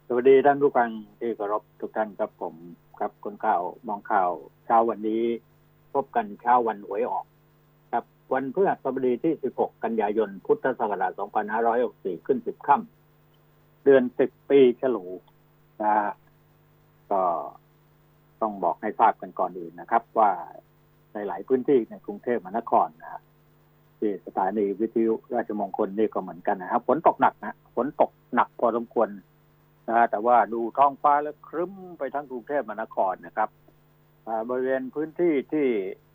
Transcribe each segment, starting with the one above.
สวัสดีท่านผู้ฟังที่เคารพทุกท่านครับผมครับคนข่าวมองข่าวเช้าวันนี้พบกันเช้าวันหวยออกครับวันพฤหัสบดีที่16กันยายนพุทธศักราช2564ขึ้น10ค่ำเดือน10ปีฉลูนะก็ต้องบอกให้ทราบกันก่อนอื่นนะครับว่าในหลายพื้นที่ในกรุงเทพมหานครนะที่สถานีวิทยุราชมงคลนี่ก็เหมือนกันนะครับฝนตกหนักนะฝนตกหนักพอสมควรแต่ว่าดูท้องฟ้าแล้วครึ้มไปทั้งกรุงเทพมหานครนะครับบริเวณพื้นที่ที่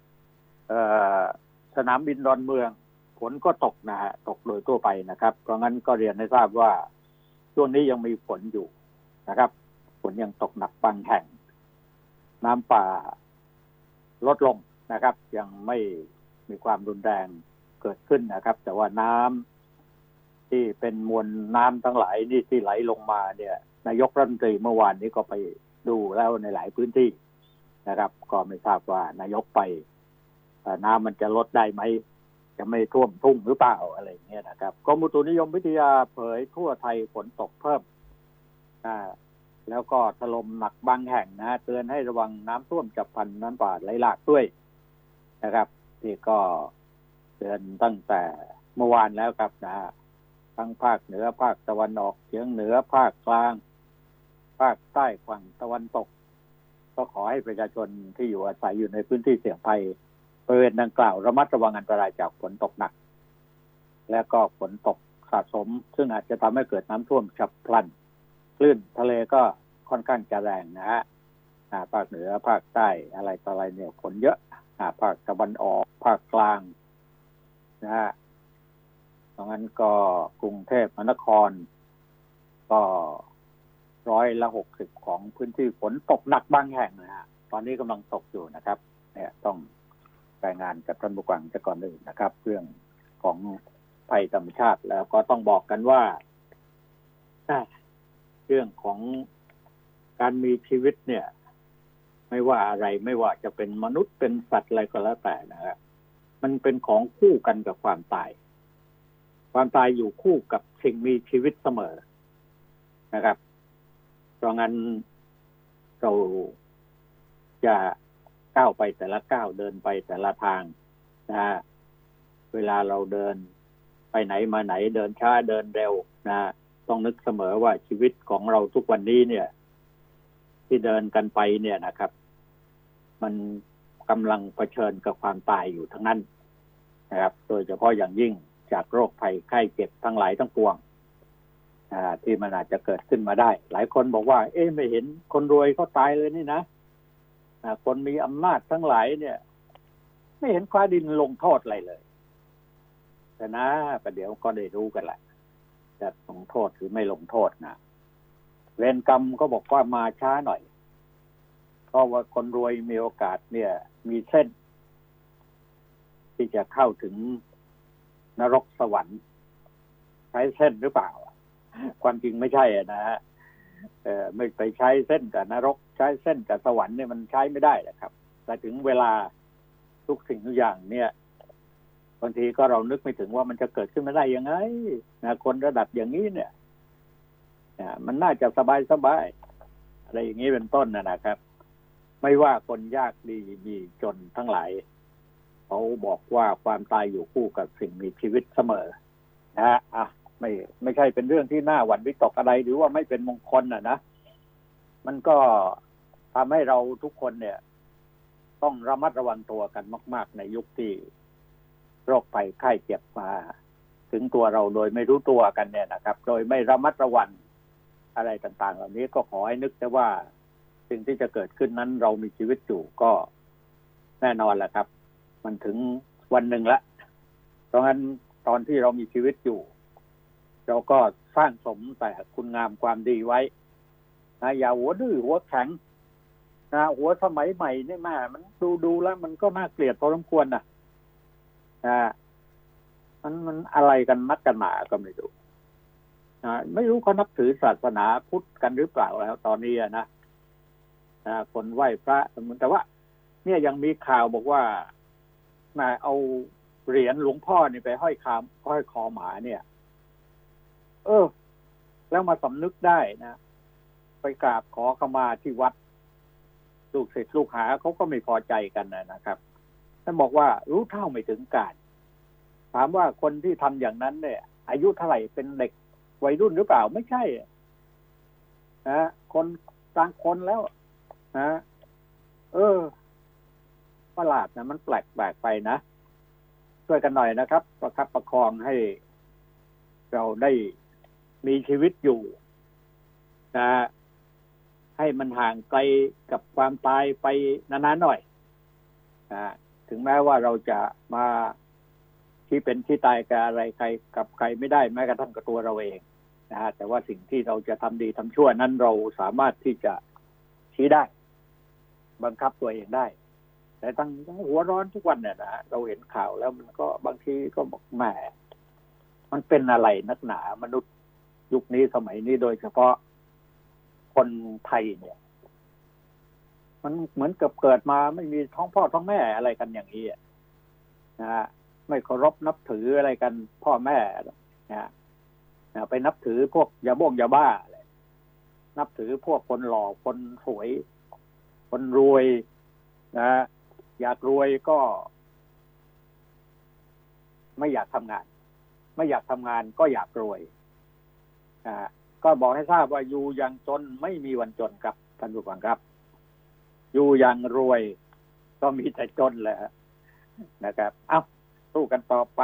สนามบินดอนเมืองฝนก็ตกนะฮะตกโดยทั่วไปนะครับเพราะงั้นก็เรียนให้ทราบว่าช่วงนี้ยังมีฝนอยู่นะครับฝนยังตกหนักบางแห่งน้ำป่าลดลงนะครับยังไม่มีความรุนแรงเกิดขึ้นนะครับแต่ว่าน้ำที่เป็นมวลน้ำทั้งหลายนี่ที่ไหลลงมาเนี่ยนายกรัฐมนตรีเมื่อวานนี้ก็ไปดูแล้วในหลายพื้นที่นะครับก็ไม่ทราบว่านายกไปน้ำมันจะลดได้ไหมจะไม่ท่วมทุ่งหรือเปล่าอะไรอย่างเงี้ยนะครับกรมอุตุนิยมวิทยาเผยทั่วไทยฝนตกเพิ่มแล้วก็ถล่มหนักบางแห่งนะเตือนให้ระวังน้ำท่วมฉับพลันน้ำป่าไหลหลากด้วยนะครับที่ก็เตือนตั้งแต่เมื่อวานแล้วครับนะทั้งภาคเหนือภาคตะวันออกเฉียงเหนือภาคกลางภาคใต้ฝั่งตะวันตกก็ขอให้ประชาชนที่อยู่อาศัยอยู่ในพื้นที่เสี่ยงภัยบริเวณดังกล่าวระมัดระวังอันตรายจากฝนตกหนักและก็ฝนตกสะสมซึ่งอาจจะทำให้เกิดน้ำท่วมฉับพลันคลื่นทะเลก็ค่อนข้างจะแรงนะฮะภาคเหนือภาคใต้อะไรต่ออะไรเนี่ยฝนเยอะภาคตะวันออกภาคกลางนะฮะเพราะงั้นก็กรุงเทพมหานครก็60%ของพื้นที่ฝนตกหนักบางแห่งนะฮะตอนนี้กำลังตกอยู่นะครับเนี่ยต้องรายงานกับท่านผู้ฟังจะก่อนอื่นนะครับเรื่องของภัยธรรมชาติแล้วก็ต้องบอกกันว่าเรื่องของการมีชีวิตเนี่ยไม่ว่าอะไรไม่ว่าจะเป็นมนุษย์เป็นสัตว์อะไรก็แล้วแต่นะครับมันเป็นของคู่กันกับความตายความตายอยู่คู่กับสิ่งมีชีวิตเสมอนะครับเพราะงั้นเราจะก้าวไปแต่ละก้าวเดินไปแต่ละทางนะเวลาเราเดินไปไหนมาไหนเดินช้าเดินเร็วนะต้องนึกเสมอว่าชีวิตของเราทุกวันนี้เนี่ยที่เดินกันไปเนี่ยนะครับมันกำลังเผชิญกับความตายอยู่ทั้งนั้นนะครับโดยเฉพาะอย่างยิ่งจากโรคภัยไข้เจ็บทั้งหลายทั้งปวงที่มันอาจจะเกิดขึ้นมาได้หลายคนบอกว่าไม่เห็นคนรวยเขาตายเลยนี่นะคนมีอำนาจทั้งหลายเนี่ยไม่เห็นฟ้าดินลงโทษอะไรเลยแต่นะประเดี๋ยวก็ได้รู้กันแหละจะลงโทษหรือไม่ลงโทษนะเวรกรรมก็บอกว่ามาช้าหน่อยเพราะว่าคนรวยมีโอกาสเนี่ยมีเส้นที่จะเข้าถึงนรกสวรรค์ใช้เส้นหรือเปล่าความจริงไม่ใช่นะฮะไม่ไปใช้เส้นกับนรกใช้เส้นกับสวรรค์เนี่ยมันใช้ไม่ได้นะครับแต่ถึงเวลาทุกสิ่งทุกอย่างเนี่ยบางทีก็เรานึกไม่ถึงว่ามันจะเกิดขึ้นมาได้ยังไงนะคนระดับอย่างนี้เนี่ยมันน่าจะสบายอะไรอย่างนี้เป็นต้นนะครับไม่ว่าคนยากดีมีจนทั้งหลายเขาบอกว่าความตายอยู่คู่กับสิ่งมีชีวิตเสมอนะฮะไม่ใช่เป็นเรื่องที่น่าหวั่นวิตกอะไรหรือว่าไม่เป็นมงคลนะมันก็ทำให้เราทุกคนเนี่ยต้องระมัดระวังตัวกันมากๆในยุคที่โรคภัยไข้เจ็บมาถึงตัวเราโดยไม่รู้ตัวกันเนี่ยนะครับโดยไม่ระมัดระวังอะไรต่างๆเหล่านี้ก็ขอให้นึกแต่ว่าสิ่งที่จะเกิดขึ้นนั้นเรามีชีวิตอยู่ก็แน่นอนแหละครับมันถึงวันหนึ่งละเพราะงั้นตอนที่เรามีชีวิตอยู่เราก็สร้างสมแต่คุณงามความดีไว้นะอย่าหัวดื้อหัวแข็งนะหัวสมัยใหม่นี่มามันดูแล้วมันก็น่าเกลียดพอสมควรนะมันอะไรกันนักกันหนาก็ไม่รู้ไม่รู้เขานับถือศาสนาพุทธกันหรือเปล่าแล้วตอนนี้นะคนไหว้พระแต่ว่าเนี่ยยังมีข่าวบอกว่าเอาเหรียญหลวงพ่อนี่ไปห้อยคอหมาเนี่ยแล้วมาสำนึกได้นะไปกราบขอขมาที่วัดลูกศิษย์ลูกหาเขาก็ไม่พอใจกันนะครับท่านบอกว่ารู้เท่าไม่ถึงการถามว่าคนที่ทำอย่างนั้นเนี่ยอายุเท่าไหร่เป็นเด็กวัยรุ่นหรือเปล่าไม่ใช่นะคนกลางคนแล้วนะประหลาดนะมันแปลกไปนะช่วยกันหน่อยนะครับประคับประคองให้เราได้มีชีวิตอยู่นะให้มันห่างไกลกับความตายไปนานๆหน่อยนะถึงแม้ว่าเราจะมาที่เป็นที่ตายกับอะไรใครกับใครไม่ได้แม้กระทั่งกับตัวเราเองนะฮะแต่ว่าสิ่งที่เราจะทำดีทำชั่วนั้นเราสามารถที่จะชี้ได้บังคับตัวเองได้แต่ตั้งหัวร้อนทุกวันเนี่ยนะเราเห็นข่าวแล้วมันก็บางทีก็บอกแหมมันเป็นอะไรนักหนามนุษย์ยุคนี้สมัยนี้โดยเฉพาะคนไทยเนี่ยมันเหมือนกับเกิดมาไม่มีท้องพ่อท้องแม่อะไรกันอย่างนี้นะฮะไม่เคารพนับถืออะไรกันพ่อแม่นะไปนับถือพวกยาบ้าอะไรนับถือพวกคนหล่อคนสวยคนรวยนะอยากรวยก็ไม่อยากทำงานไม่อยากทำงานก็อยากรวยก็บอกให้ทราบว่าอยู่อย่างจนไม่มีวันจนครับท่านผู้ฟังครับอยู่อย่างรวยก็มีแต่จนแหละนะครับเอ้าสู้กันต่อไป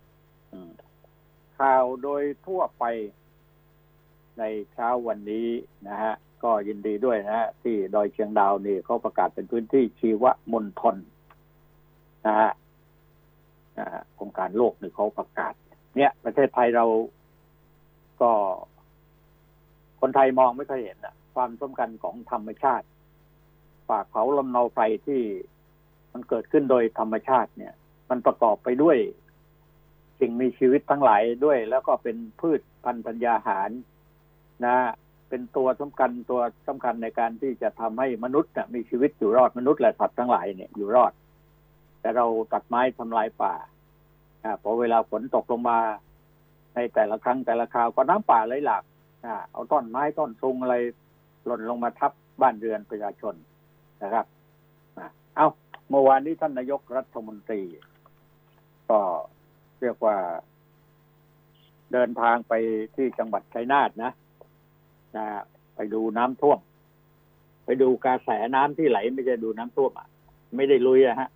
ข่าวโดยทั่วไปในเช้าวันนี้นะฮะก็ยินดีด้วยนะฮะที่ดอยเชียงดาวนี่เขาประกาศเป็นพื้นที่ชีวมณฑลนะฮะองค์การโลกนี่เขาประกาศเนี่ยประเทศไทยเราก็คนไทยมองไม่ค่อยเห็นความสำคัญของธรรมชาติป่าเขาลำเนาไพรที่มันเกิดขึ้นโดยธรรมชาติเนี่ยมันประกอบไปด้วยสิ่งมีชีวิตทั้งหลายด้วยแล้วก็เป็นพืชพันธุ์ธัญญาหารนะเป็นตัวสำคัญในการที่จะทำให้มนุษย์มีชีวิตอยู่รอดมนุษย์และสัตว์ทั้งหลายเนี่ยอยู่รอดแต่เราตัดไม้ทำลายป่าพอเวลาฝนตกลงมาในแต่ละครั้งแต่ละคราวก็น้ำป่าไหลหลากเอาต้นไม้ต้นซุงอะไรหล่นลงมาทับบ้านเรือนประชาชนนะครับเอาเมื่อวานนี้ท่านนายกรัฐมนตรีก็เรียกว่าเดินทางไปที่จังหวัดชัยนาทนะไปดูน้ำท่วมไปดูกระแสน้ำที่ไหลไม่ใช่ดูน้ำท่วมไม่ได้ลุยฮะ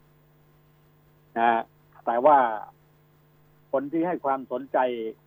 แต่ว่าคนที่ให้ความสนใจ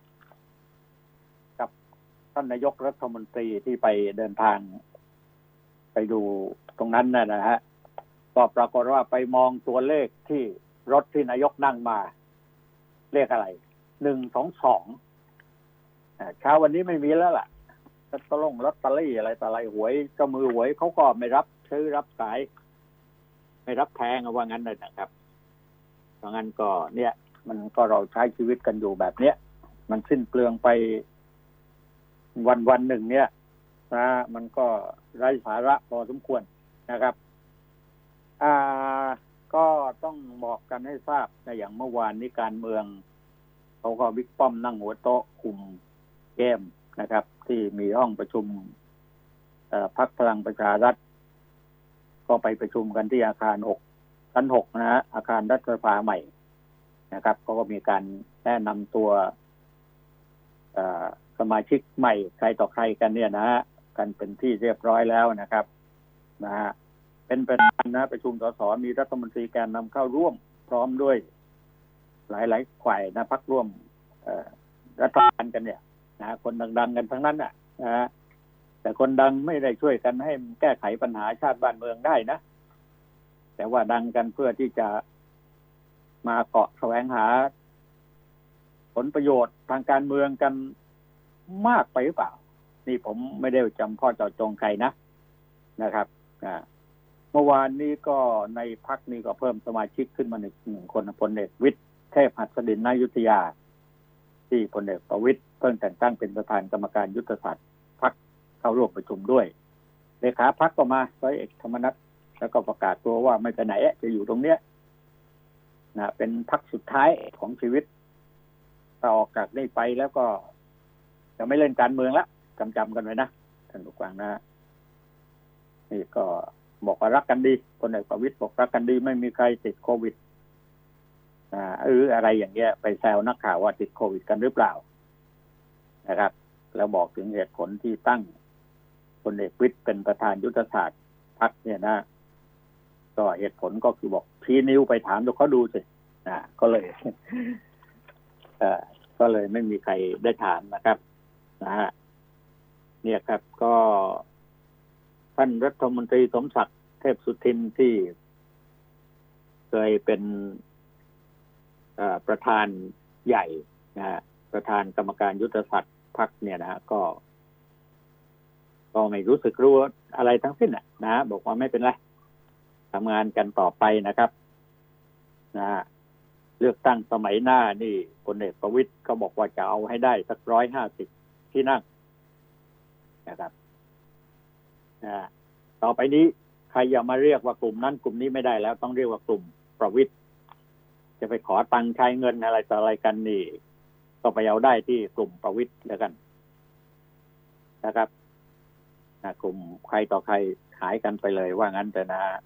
กับท่านนายกรัฐมนตรีที่ไปเดินทางไปดูตรงนั้นนะฮะก็ปรากฏว่าไปมองตัวเลขที่รถที่นายกนั่งมาเลขอะไร122เช้าวันนี้ไม่มีแล้วล่ะลอตเตอรี่อะไรต่ออะไรหวยเจ้ามือหวยเขาก็ไม่รับซื้อรับขายไม่รับแทงว่างั้นเลยนะครับเพราะงั้นก็เนี่ยมันก็เราใช้ชีวิตกันอยู่แบบเนี้ยมันสิ้นเปลืองไปวันหนึ่งเนี่ยนะมันก็ไร้สาระพอสมควรนะครับก็ต้องบอกกันให้ทราบในอย่างเมื่อวานนี้การเมืองเขาก็บิ๊กป้อมนั่งหัวโต๊ะคุมเกมนะครับที่มีห้องประชุมพรรคพลังประชารัฐก็ไปประชุมกันที่อาคาร6ชั้น6นะฮะอาคารรัฐสภาใหม่นะครับก็มีการแนะนำตัวสมาชิกใหม่ใครต่อใครกันเนี่ยนะฮะกันเป็นที่เรียบร้อยแล้วนะครับนะฮะเป็นประธานนะประชุมสสมีรัฐมนตรีแกนนำเข้าร่วมพร้อมด้วยหลายฝ่ายนะพรรคร่วมรัฐบาลกันเนี่ยนะคนดังๆกันทั้งนั้นนะแต่คนดังไม่ได้ช่วยกันให้แก้ไขปัญหาชาติบ้านเมืองได้นะแต่ว่าดังกันเพื่อที่จะมาเกาะแสวงหาผลประโยชน์ทางการเมืองกันมากไปหรือเปล่านี่ผมไม่ได้จำพ่อเจาะจงใครนะครับเมื่อวานนี้ก็ในพรรคนี้ก็เพิ่มสมาชิกขึ้นมา1 คนพลเอกวิทย์เทพหัสดินนายุทธยาที่พลเอกประวิตรเพิ่งแต่งตั้งเป็นประธานกรรมการยุทธศาสตร์พรรคเข้าร่วมประชุมด้วยเลขาพรรคก็มาร้อยเอกธรรมนัสแล้วก็ประกาศตัวว่าไม่ไปไหนจะอยู่ตรงเนี้ยนะเป็นพรรคสุดท้ายของชีวิตถ้าออกจากนี้ไปแล้วก็จะไม่เล่นการเมืองละจำกันไว้นะท่านผู้ฟังนะนี่ก็บอกว่ารักกันดีพลเอกประวิตรบอกรักกันดีไม่มีใครติดโควิดอะไรอย่างเงี้ยไปแซวนักข่าวว่าติดโควิดกันหรือเปล่านะครับแล้วบอกถึงเหตุผลที่ตั้งพลเอกประวิตรเป็นประธานยุทธศาสตร์พรรคเนี่ยนะก็เหตุผลก็คือบอกชี้นิ้วไปถามดูเขาดูสิก็เลย ก็เลยไม่มีใครได้ถามนะครับเนี่ยครับก็ท่านรัฐมนตรีสมศักดิ์เทพสุทินที่เคยเป็นประธานใหญ่ประธานกรรมการยุทธศาสตร์พรรคเนี่ยก็ไม่รู้สึกรู้อะไรทั้งสิ้นบอกว่าไม่เป็นไรทำงานกันต่อไปนะครับเลือกตั้งสมัยหน้านี่พลเอกประวิตรเขาบอกว่าจะเอาให้ได้สัก150ที่นั่งนะครับต่อไปนี้ใครอย่ามาเรียกว่ากลุ่มนั้นกลุ่มนี้ไม่ได้แล้วต้องเรียกว่ากลุ่มประวิตรจะไปขอตังค์ใช้เงินอะไรต่ออะไรกันนี่ก็ไปเอาได้ที่กลุ่มประวิตรแล้วกันนะครับกลุ่มใครต่อใครหายกันไปเลยว่างั้นแต่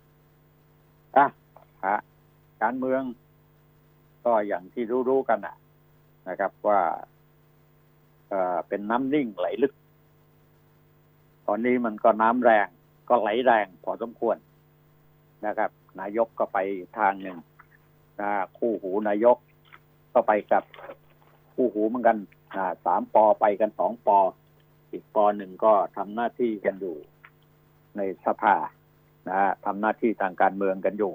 การเมืองก็อย่างที่รู้กันนะครับว่าเป็นน้ำนิ่งไหลลึกตอนนี้มันก็น้ำแรงก็ไหลแรงพอสมควรนะครับนายกก็ไปทางหนึ่งคู่หูนายกก็ไปกับคู่หูเหมือนกัน3 ป.ไปกัน2 ป.อีกป.หนึ่งก็ทำหน้าที่กันอยู่ในสภาทำหน้าที่ทางการเมืองกันอยู่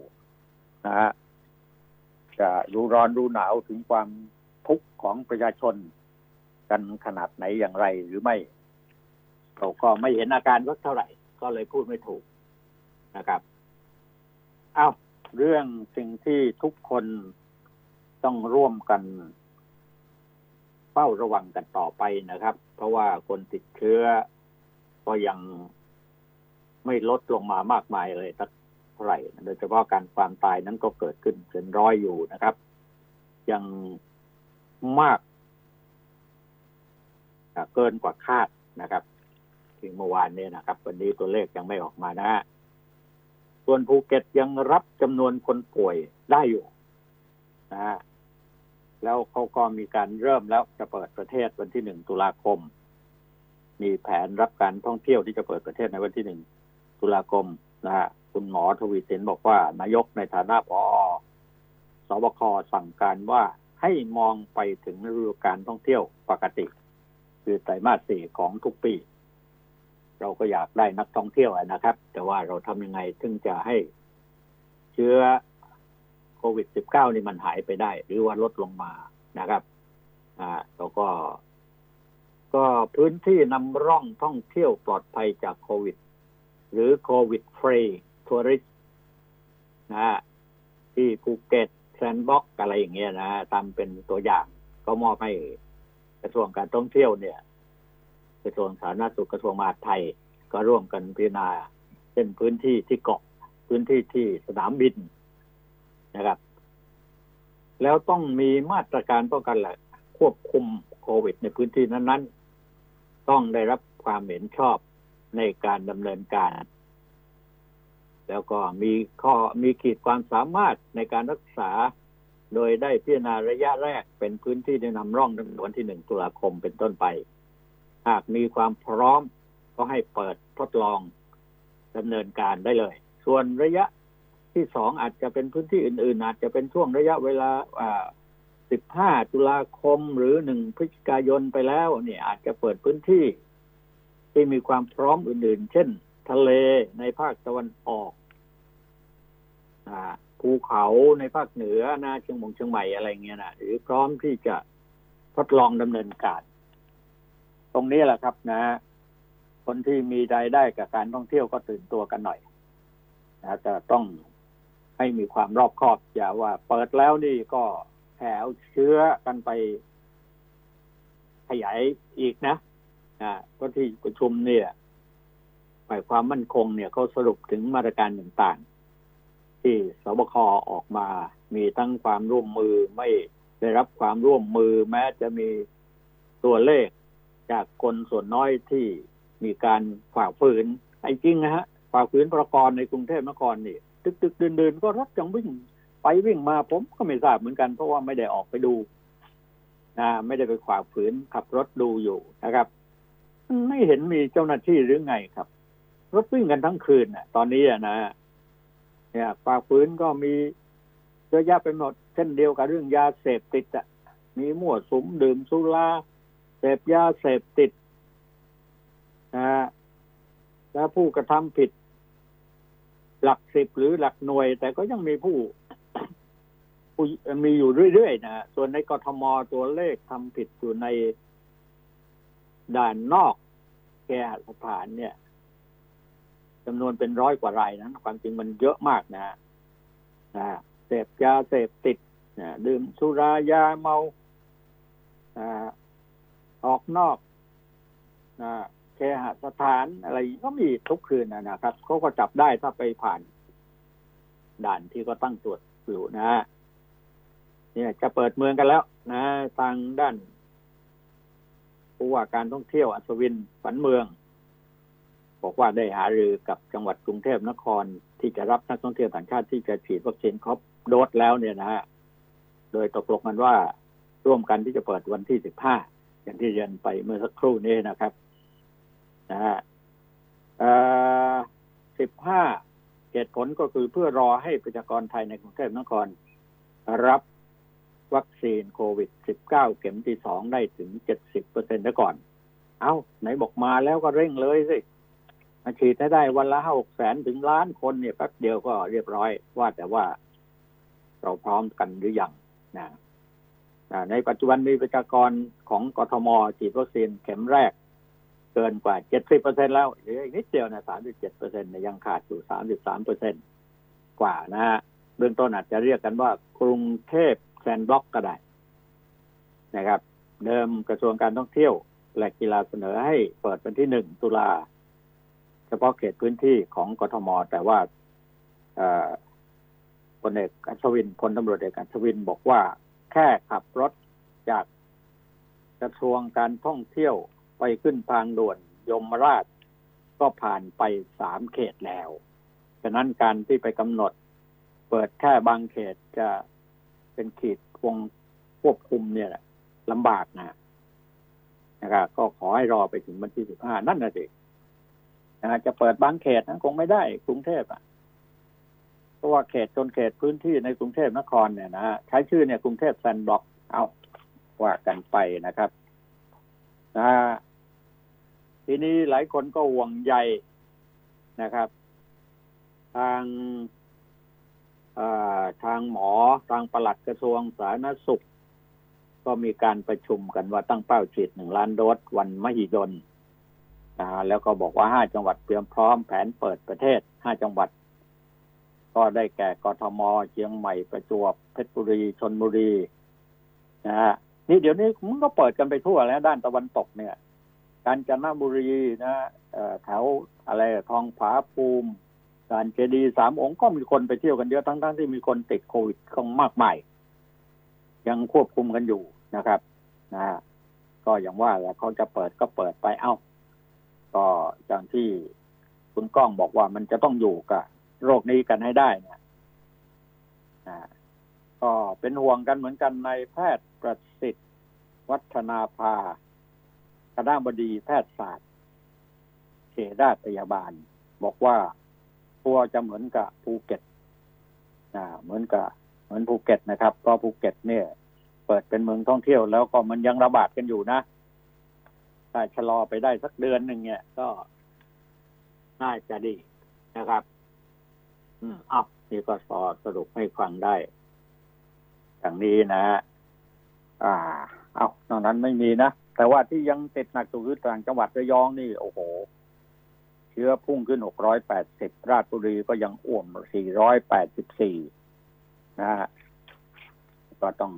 จะรู้ร้อนรู้หนาวถึงความทุกข์ของประชาชนกันขนาดไหนอย่างไรหรือไม่เราก็ไม่เห็นอาการสักเท่าไหร่ก็เลยพูดไม่ถูกนะครับเรื่องสิ่งที่ทุกคนต้องร่วมกันเฝ้าระวังกันต่อไปนะครับเพราะว่าคนติดเชื้อก็ยังไม่ลดลงมามากมายเลยสักเท่าไหร่โดยเฉพาะการความตายนั้นก็เกิดขึ้นเป็นร้อยอยู่นะครับยังมากเกินกว่าคาดนะครับถึงเมื่อวานนี้นะครับวันนี้ตัวเลขยังไม่ออกมาส่วนภูเก็ตยังรับจำนวนคนป่วยได้อยู่แล้วเขาก็มีการเริ่มแล้วจะเปิดประเทศวันที่1 ตุลาคมมีแผนรับการท่องเที่ยวที่จะเปิดประเทศในวันที่1 ตุลาคมคุณหมอทวีสินบอกว่านายกในฐานะผอ.สบค.สั่งการว่าให้มองไปถึงฤดูกาลท่องเที่ยวปกติคือไตรมาส 4ของทุกปีเราก็อยากได้นักท่องเที่ยวนะครับแต่ว่าเราทำยังไงถึงจะให้เชื้อโควิด -19 นี่มันหายไปได้หรือว่าลดลงมานะครับแล้วก็พื้นที่นำร่องท่องเที่ยวปลอดภัยจากโควิดหรือโควิดฟรีทัวริสต์ที่ภูเก็ตแซนด์บ็อกซ์อะไรอย่างเงี้ยทำเป็นตัวอย่างก็มอบให้กระทรวงการท่องเที่ยวเนี่ยกระทรวงสาธารณสุขกระทรวงมหาดไทยก็ร่วมกันพิจารณาเช่นพื้นที่ที่เกาะพื้นที่ที่สนามบินนะครับแล้วต้องมีมาตรการป้องกันและควบคุมโควิดในพื้นที่นั้นๆต้องได้รับความเห็นชอบในการดำเนินการแล้วก็มีขีดความสามารถในการรักษาโดยได้พิจารณาระยะแรกเป็นพื้นที่ที่นำร่องตั้งแต่วันที่1 ตุลาคมเป็นต้นไปหากมีความพร้อมก็ให้เปิดทดลองดำเนินการได้เลยส่วนระยะที่2อาจจะเป็นพื้นที่อื่นๆอาจจะเป็นช่วงระยะเวลา15 ตุลาคมหรือ1 พฤศจิกายนไปแล้วเนี่ยอาจจะเปิดพื้นที่ที่มีความพร้อมอื่นๆเช่นทะเลในภาคตะวันออกภูเขาในภาคเหนือเชียงใหม่อะไรเงี้ยหรือพร้อมที่จะทดลองดำเนินการตรงนี้แหละครับคนที่มีรายได้กับการท่องเที่ยวก็ตื่นตัวกันหน่อยจะต้องให้มีความรอบคอบอย่าว่าเปิดแล้วนี่ก็แผ่เชื้อกันไปขยายอีกก็ที่ประชุมเนี่ยฝ่ายความมั่นคงเนี่ยเขาสรุปถึงมาตรการต่างๆที่สบคออกมามีทั้งความร่วมมือไม่ได้รับความร่วมมือแม้จะมีตัวเลขจากคนส่วนน้อยที่มีการฝ่าฝืนจริงฝ่าฝืนพรกในกรุงเทพมหานครนี่ตึกๆเดินๆก็รถยังวิ่งไปวิ่งมาผมก็ไม่ทราบเหมือนกันเพราะว่าไม่ได้ออกไปดูไม่ได้ไปฝ่าฝืนขับรถดูอยู่นะครับไม่เห็นมีเจ้าหน้าที่หรือไงครับรถวิ่งกันทั้งคืนตอนนี้นะเนี่ยฝ่าฝืนก็มีเยอะแยะไปหมดเช่นเดียวกับเรื่องยาเสพติดมีมั่วสุมดื่มสุราเสพยาเสพติดแล้วผู้กระทำผิดหลักสิบหรือหลักหน่วยแต่ก็ยังมีผู้มีอยู่เรื่อยๆนะส่วนในกทมตัวเลขทำผิดอยู่ในด่านนอกแก่สถานเนี่ยจำนวนเป็น100 กว่ารายนะความจริงมันเยอะมากนะเสพยาเสพติดดื่มสุรายาเมาออกนอกเคหสถานอะไรก็มีทุกคืนนะครับเขาก็จับได้ถ้าไปผ่านด่านที่ก็ตั้งตรวจอยู่เนี่ยจะเปิดเมืองกันแล้วทางด้านผู้ว่าการท่องเที่ยวอัศวินขวัญเมืองบอกว่าได้หารือกับจังหวัดกรุงเทพนครที่จะรับนักท่องเที่ยวต่างชาติที่จะฉีดวัคซีนครบโดสแล้วเนี่ยโดยตกลงกันว่าร่วมกันที่จะเปิดวันที่15อย่างที่เรียนไปเมื่อสักครู่นี้นะครับ15เหตุผลก็คือเพื่อรอให้ประชากรไทยในกรุงเทพนครรับวัคซีนโควิด19เข็มที่2ได้ถึง 70% ซะก่อนไหนบอกมาแล้วก็เร่งเลยสิมาฉีดให้ได้วันละ 600,000 ถึงล้านคนเนี่ยแป๊บเดียวก็เรียบร้อยว่าแต่ว่าเราพร้อมกันหรือยังในปัจจุบันมีประชากรของกทมฉีดวัคซีนเข็มแรกเกินกว่า 70% แล้วเหลืออีกนิดเดียว37%เนี่ยยังขาดอยู่ 33% กว่าเบื้องต้นอาจจะเรียกกันว่ากรุงเทพแซนด์บล็อกก็ได้นะครับเดิมกระทรวงการท่องเที่ยวและกีฬาเสนอให้เปิดวันที่1 ตุลาเฉพาะเขตพื้นที่ของกทมแต่ว่าพลตำรวจเอกอัศวินบอกว่าแค่ขับรถจากกระทรวงการท่องเที่ยวไปขึ้นทางด่วนยมราชก็ผ่านไป3 เขตแล้วฉะนั้นการที่ไปกำหนดเปิดแค่บางเขตจะเป็นขีดวงควบคุมเนี่ยลำบากนะครับก็ขอให้รอไปถึงวันที่15นั่นสิจะเปิดบางเขตคงไม่ได้กรุงเทพเพราะว่าเขตจนเขตพื้นที่ในกรุงเทพนครเนี่ยใช้ชื่อเนี่ยกรุงเทพแซนด์บล็อกว่ากันไปนะครับทีนี้หลายคนก็ห่วงใยนะครับทางหมอทางปลัดกระทรวงสาธารณสุขก็มีการประชุมกันว่าตั้งเป้าฉีด1 ล้านโดสวันมหิดลแล้วก็บอกว่า5 จังหวัดเตรียมพร้อมแผนเปิดประเทศ5 จังหวัดก็ได้แก่กทมเชียงใหม่ประจวบเพชรบุรีชลบุรีนี่เดี๋ยวนี้มันก็เปิดกันไปทั่วแล้วด้านตะวันตกเนี่ยกาญจนบุรีแถวอะไรทองผาภูมิด่านเจดีย์3 องค์ก็มีคนไปเที่ยวกันเยอะทั้งที่มีคนติดโควิดก็มากมายยังควบคุมกันอยู่นะครับก็อย่างว่าแล้วเขาจะเปิดก็เปิดไปก็อย่างที่คุณก้องบอกว่ามันจะต้องอยู่กับโรคนี้กันให้ได้เนี่ยก็เป็นห่วงกันเหมือนกันในแพทย์ประสิทธิ์วัฒนาภาคณบดีแพทยศาสตร์เขตราชพยาบาลบอกว่าตัวจะเหมือนกับภูเก็ตเหมือนภูเก็ตนะครับเพราะภูเก็ตเนี่ยเปิดเป็นเมืองท่องเที่ยวแล้วก็มันยังระบาดกันอยู่ถ้าชะลอไปได้สักเดือนหนึ่งเนี่ยก็น่าจะดีนะครับนี่ก็สรุปให้ฟังได้อย่างนี้นอกนั้นไม่มีแต่ว่าที่ยังติดหนักสุดคือต่างจังหวัดระยองนี่โอ้โหเชื้อพุ่งขึ้น680ราชบุรีก็ยังอ้วม484ก็ต้อง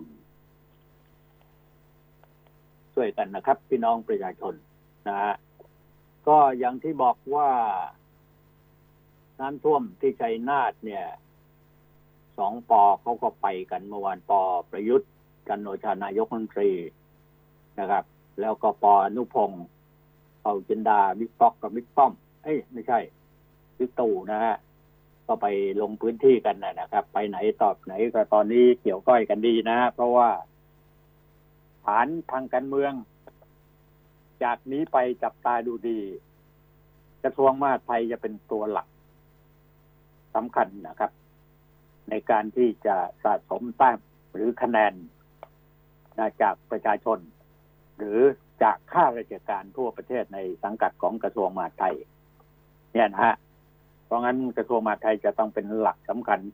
ช่วยกันนะครับพี่น้องประชาชนก็อย่างที่บอกว่าน้ำท่วมที่ชัยนาทเนี่ย2 ป.เขาก็ไปกันเมื่อวานป.ประยุทธ์จันทร์โอชานายกรัฐมนตรีนะครับแล้วก็ป.อนุพงศ์เผ่าจินดาบิ๊กป๊อกกับบิ๊กป้อมไม่ใช่บิ๊กตู่นะฮะก็ไปลงพื้นที่กันนะครับ ไปไหนตอบไหนก็ตอนนี้เกี่ยวก้อยกันดีนะเพราะว่าฐานทางการเมืองจากนี้ไปจับตาดูดีกระทรวงมหาดไทยจะเป็นตัวหลักสำคัญนะครับในการที่จะสะสมแต้มหรือคะแนนจากประชาชนหรือจากข้าราชการทั่วประเทศในสังกัดของกระทรวงมหาดไทยเนี่ยนะฮะเพราะงั้นกระทรวงมหาดไทยจะต้องเป็นหลักสำคัญ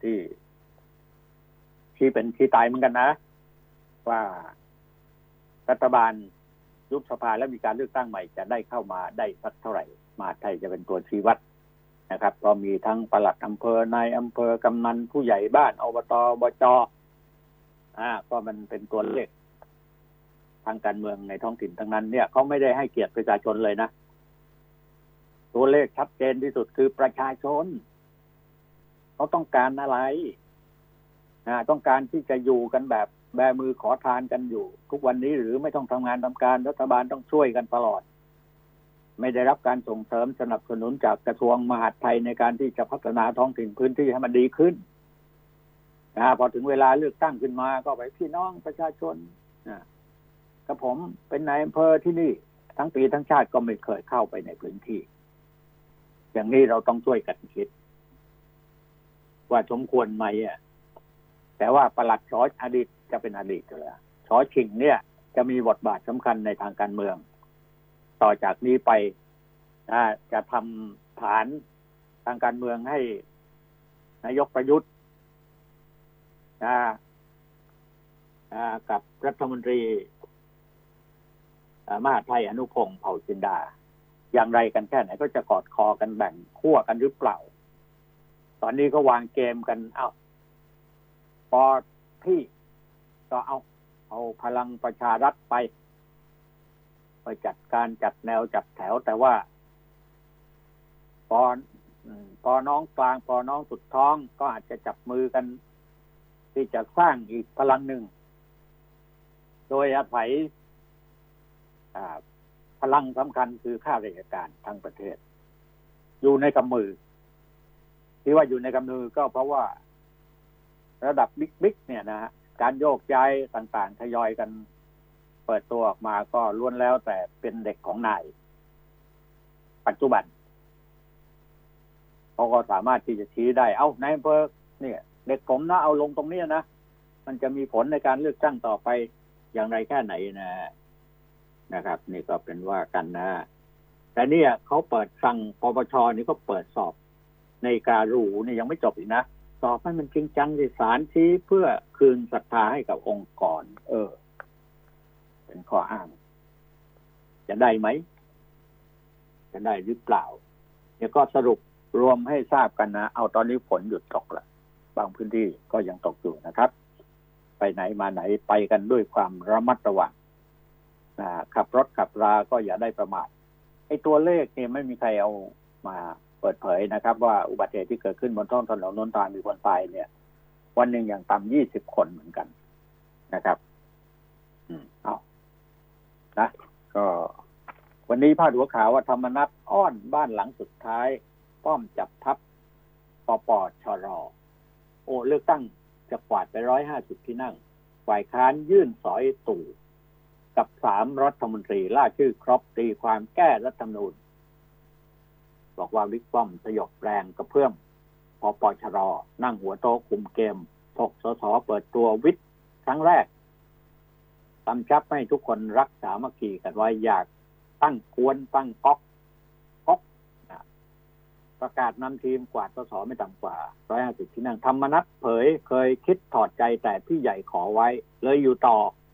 ที่เป็นที่ตายเหมือนกันนะว่ารัฐบาลยุบสภาแล้วมีการเลือกตั้งใหม่จะได้เข้ามาได้สักเท่าไหร่มหาดไทยจะเป็นตัวชี้วัดนะครับก็มีทั้งปลัดอำเภอนายอำเภอกำนันผู้ใหญ่บ้านอบตบจก็มันเป็นตัวเลขทางการเมืองในท้องถิ่นทั้งนั้นเนี่ยเขาไม่ได้ให้เกียรติประชาชนเลยนะตัวเลขชัดเจนที่สุดคือประชาชนเขาต้องการอะไรต้องการที่จะอยู่กันแบบแบมือขอทานกันอยู่ทุกวันนี้หรือไม่ต้องทำงานทำการรัฐบาลต้องช่วยกันตลอดไม่ได้รับการส่งเสริมสนับสนุนจากกระทรวงมหาดไทยในการที่จะพัฒนาท้องถิ่นพื้นที่ให้มันดีขึ้นพอถึงเวลาเลือกตั้งขึ้นมาก็ไปพี่น้องประชาชนกับผมเป็นนายอำเภอที่นี่ทั้งปีทั้งชาติก็ไม่เคยเข้าไปในพื้นที่อย่างนี้เราต้องช่วยกันคิดว่าสมควรไหมแต่ว่าปลัดช.อดีตจะเป็นอดีตเลยช.ชิงเนี่ยจะมีบทบาทสำคัญในทางการเมืองต่อจากนี้ไปจะทำฐานทางการเมืองให้นายกประยุทธ์กับรัฐมนตรีมหาดไทยอนุพงษ์เผ่าจินดาอย่างไรกันแค่ไหนก็จะกอดคอกันแบ่งขั้วกันหรือเปล่าตอนนี้ก็วางเกมกันพอที่ก็เอาพลังประชารัฐไปจัดการจัดแนวจัดแถวแต่ว่าพอน้องกลางพอน้องสุดท้องก็อาจจะจับมือกันที่จะสร้างอีกพลังหนึ่งโดยอาศัยพลังสำคัญคือข้าราชการทั้งประเทศอยู่ในกำมือที่ว่าอยู่ในกำมือก็เพราะว่าระดับบิ๊กเนี่ยนะฮะการโยกย้ายต่างๆทยอยกันเปิดตัวออกมาก็ล้วนแล้วแต่เป็นเด็กของนายปัจจุบันเขาก็สามารถที่จะชี้ได้นายอำเภอเนี่ยเด็กผมนะเอาลงตรงนี้นะมันจะมีผลในการเลือกตั้งต่อไปอย่างไรแค่ไหนนะครับนี่ก็เป็นว่ากันนะแต่เนี่ยเขาเปิดสั่งปปชนี่ก็เปิดสอบในการูนี่ยังไม่จบอีกนะสอบให้มันจริงจังที่ศาลชี้เพื่อคืนศรัทธาให้กับองค์กรเป็นข้ออ้างจะได้ไหมจะได้หรือเปล่าเนี่ยก็สรุปรวมให้ทราบกันนะเอาตอนนี้ฝนหยุดตกละบางพื้นที่ก็ยังตกอยู่นะครับไปไหนมาไหนไปกันด้วยความระมัดระวังขับรถขับราก็อย่าได้ประมาทไอ้ตัวเลขเนี่ยไม่มีใครเอามาเปิดเผยนะครับว่าอุบัติเหตุที่เกิดขึ้นบนท้องถนนนนทางมีคนตายเนี่ยวันหนึ่งอย่างต่ำ20 คนเหมือนกันนะครับก็วันนี้พาดหัวข่าวว่าธรรมนัสอ้อนบ้านหลังสุดท้ายป้อมจับทัพปปชร.เลือกตั้งจะกวาดไป150 ที่นั่งฝ่ายค้านยื่นสอยตู่กับ3 รัฐมนตรีล่าชื่อครบตีความแก้รัฐธรรมนูญบอกว่าบิ๊กป้อมสยบแรงกระเพื่อมปปชร.นั่งหัวโต๊ะคุมเกมถกสสเปิดตัววิทย์ครั้งแรกกำชับให้ทุกคนรักสามัคคีกันไว้อยากตั้งกวนตั้งก๊อกประกาศนำทีมกวาดสสไม่ต่ำกว่า150 ที่นั่งธรรมนัสเผยเคยคิดถอดใจแต่พี่ใหญ่ขอไว้เลยอยู่ต่อ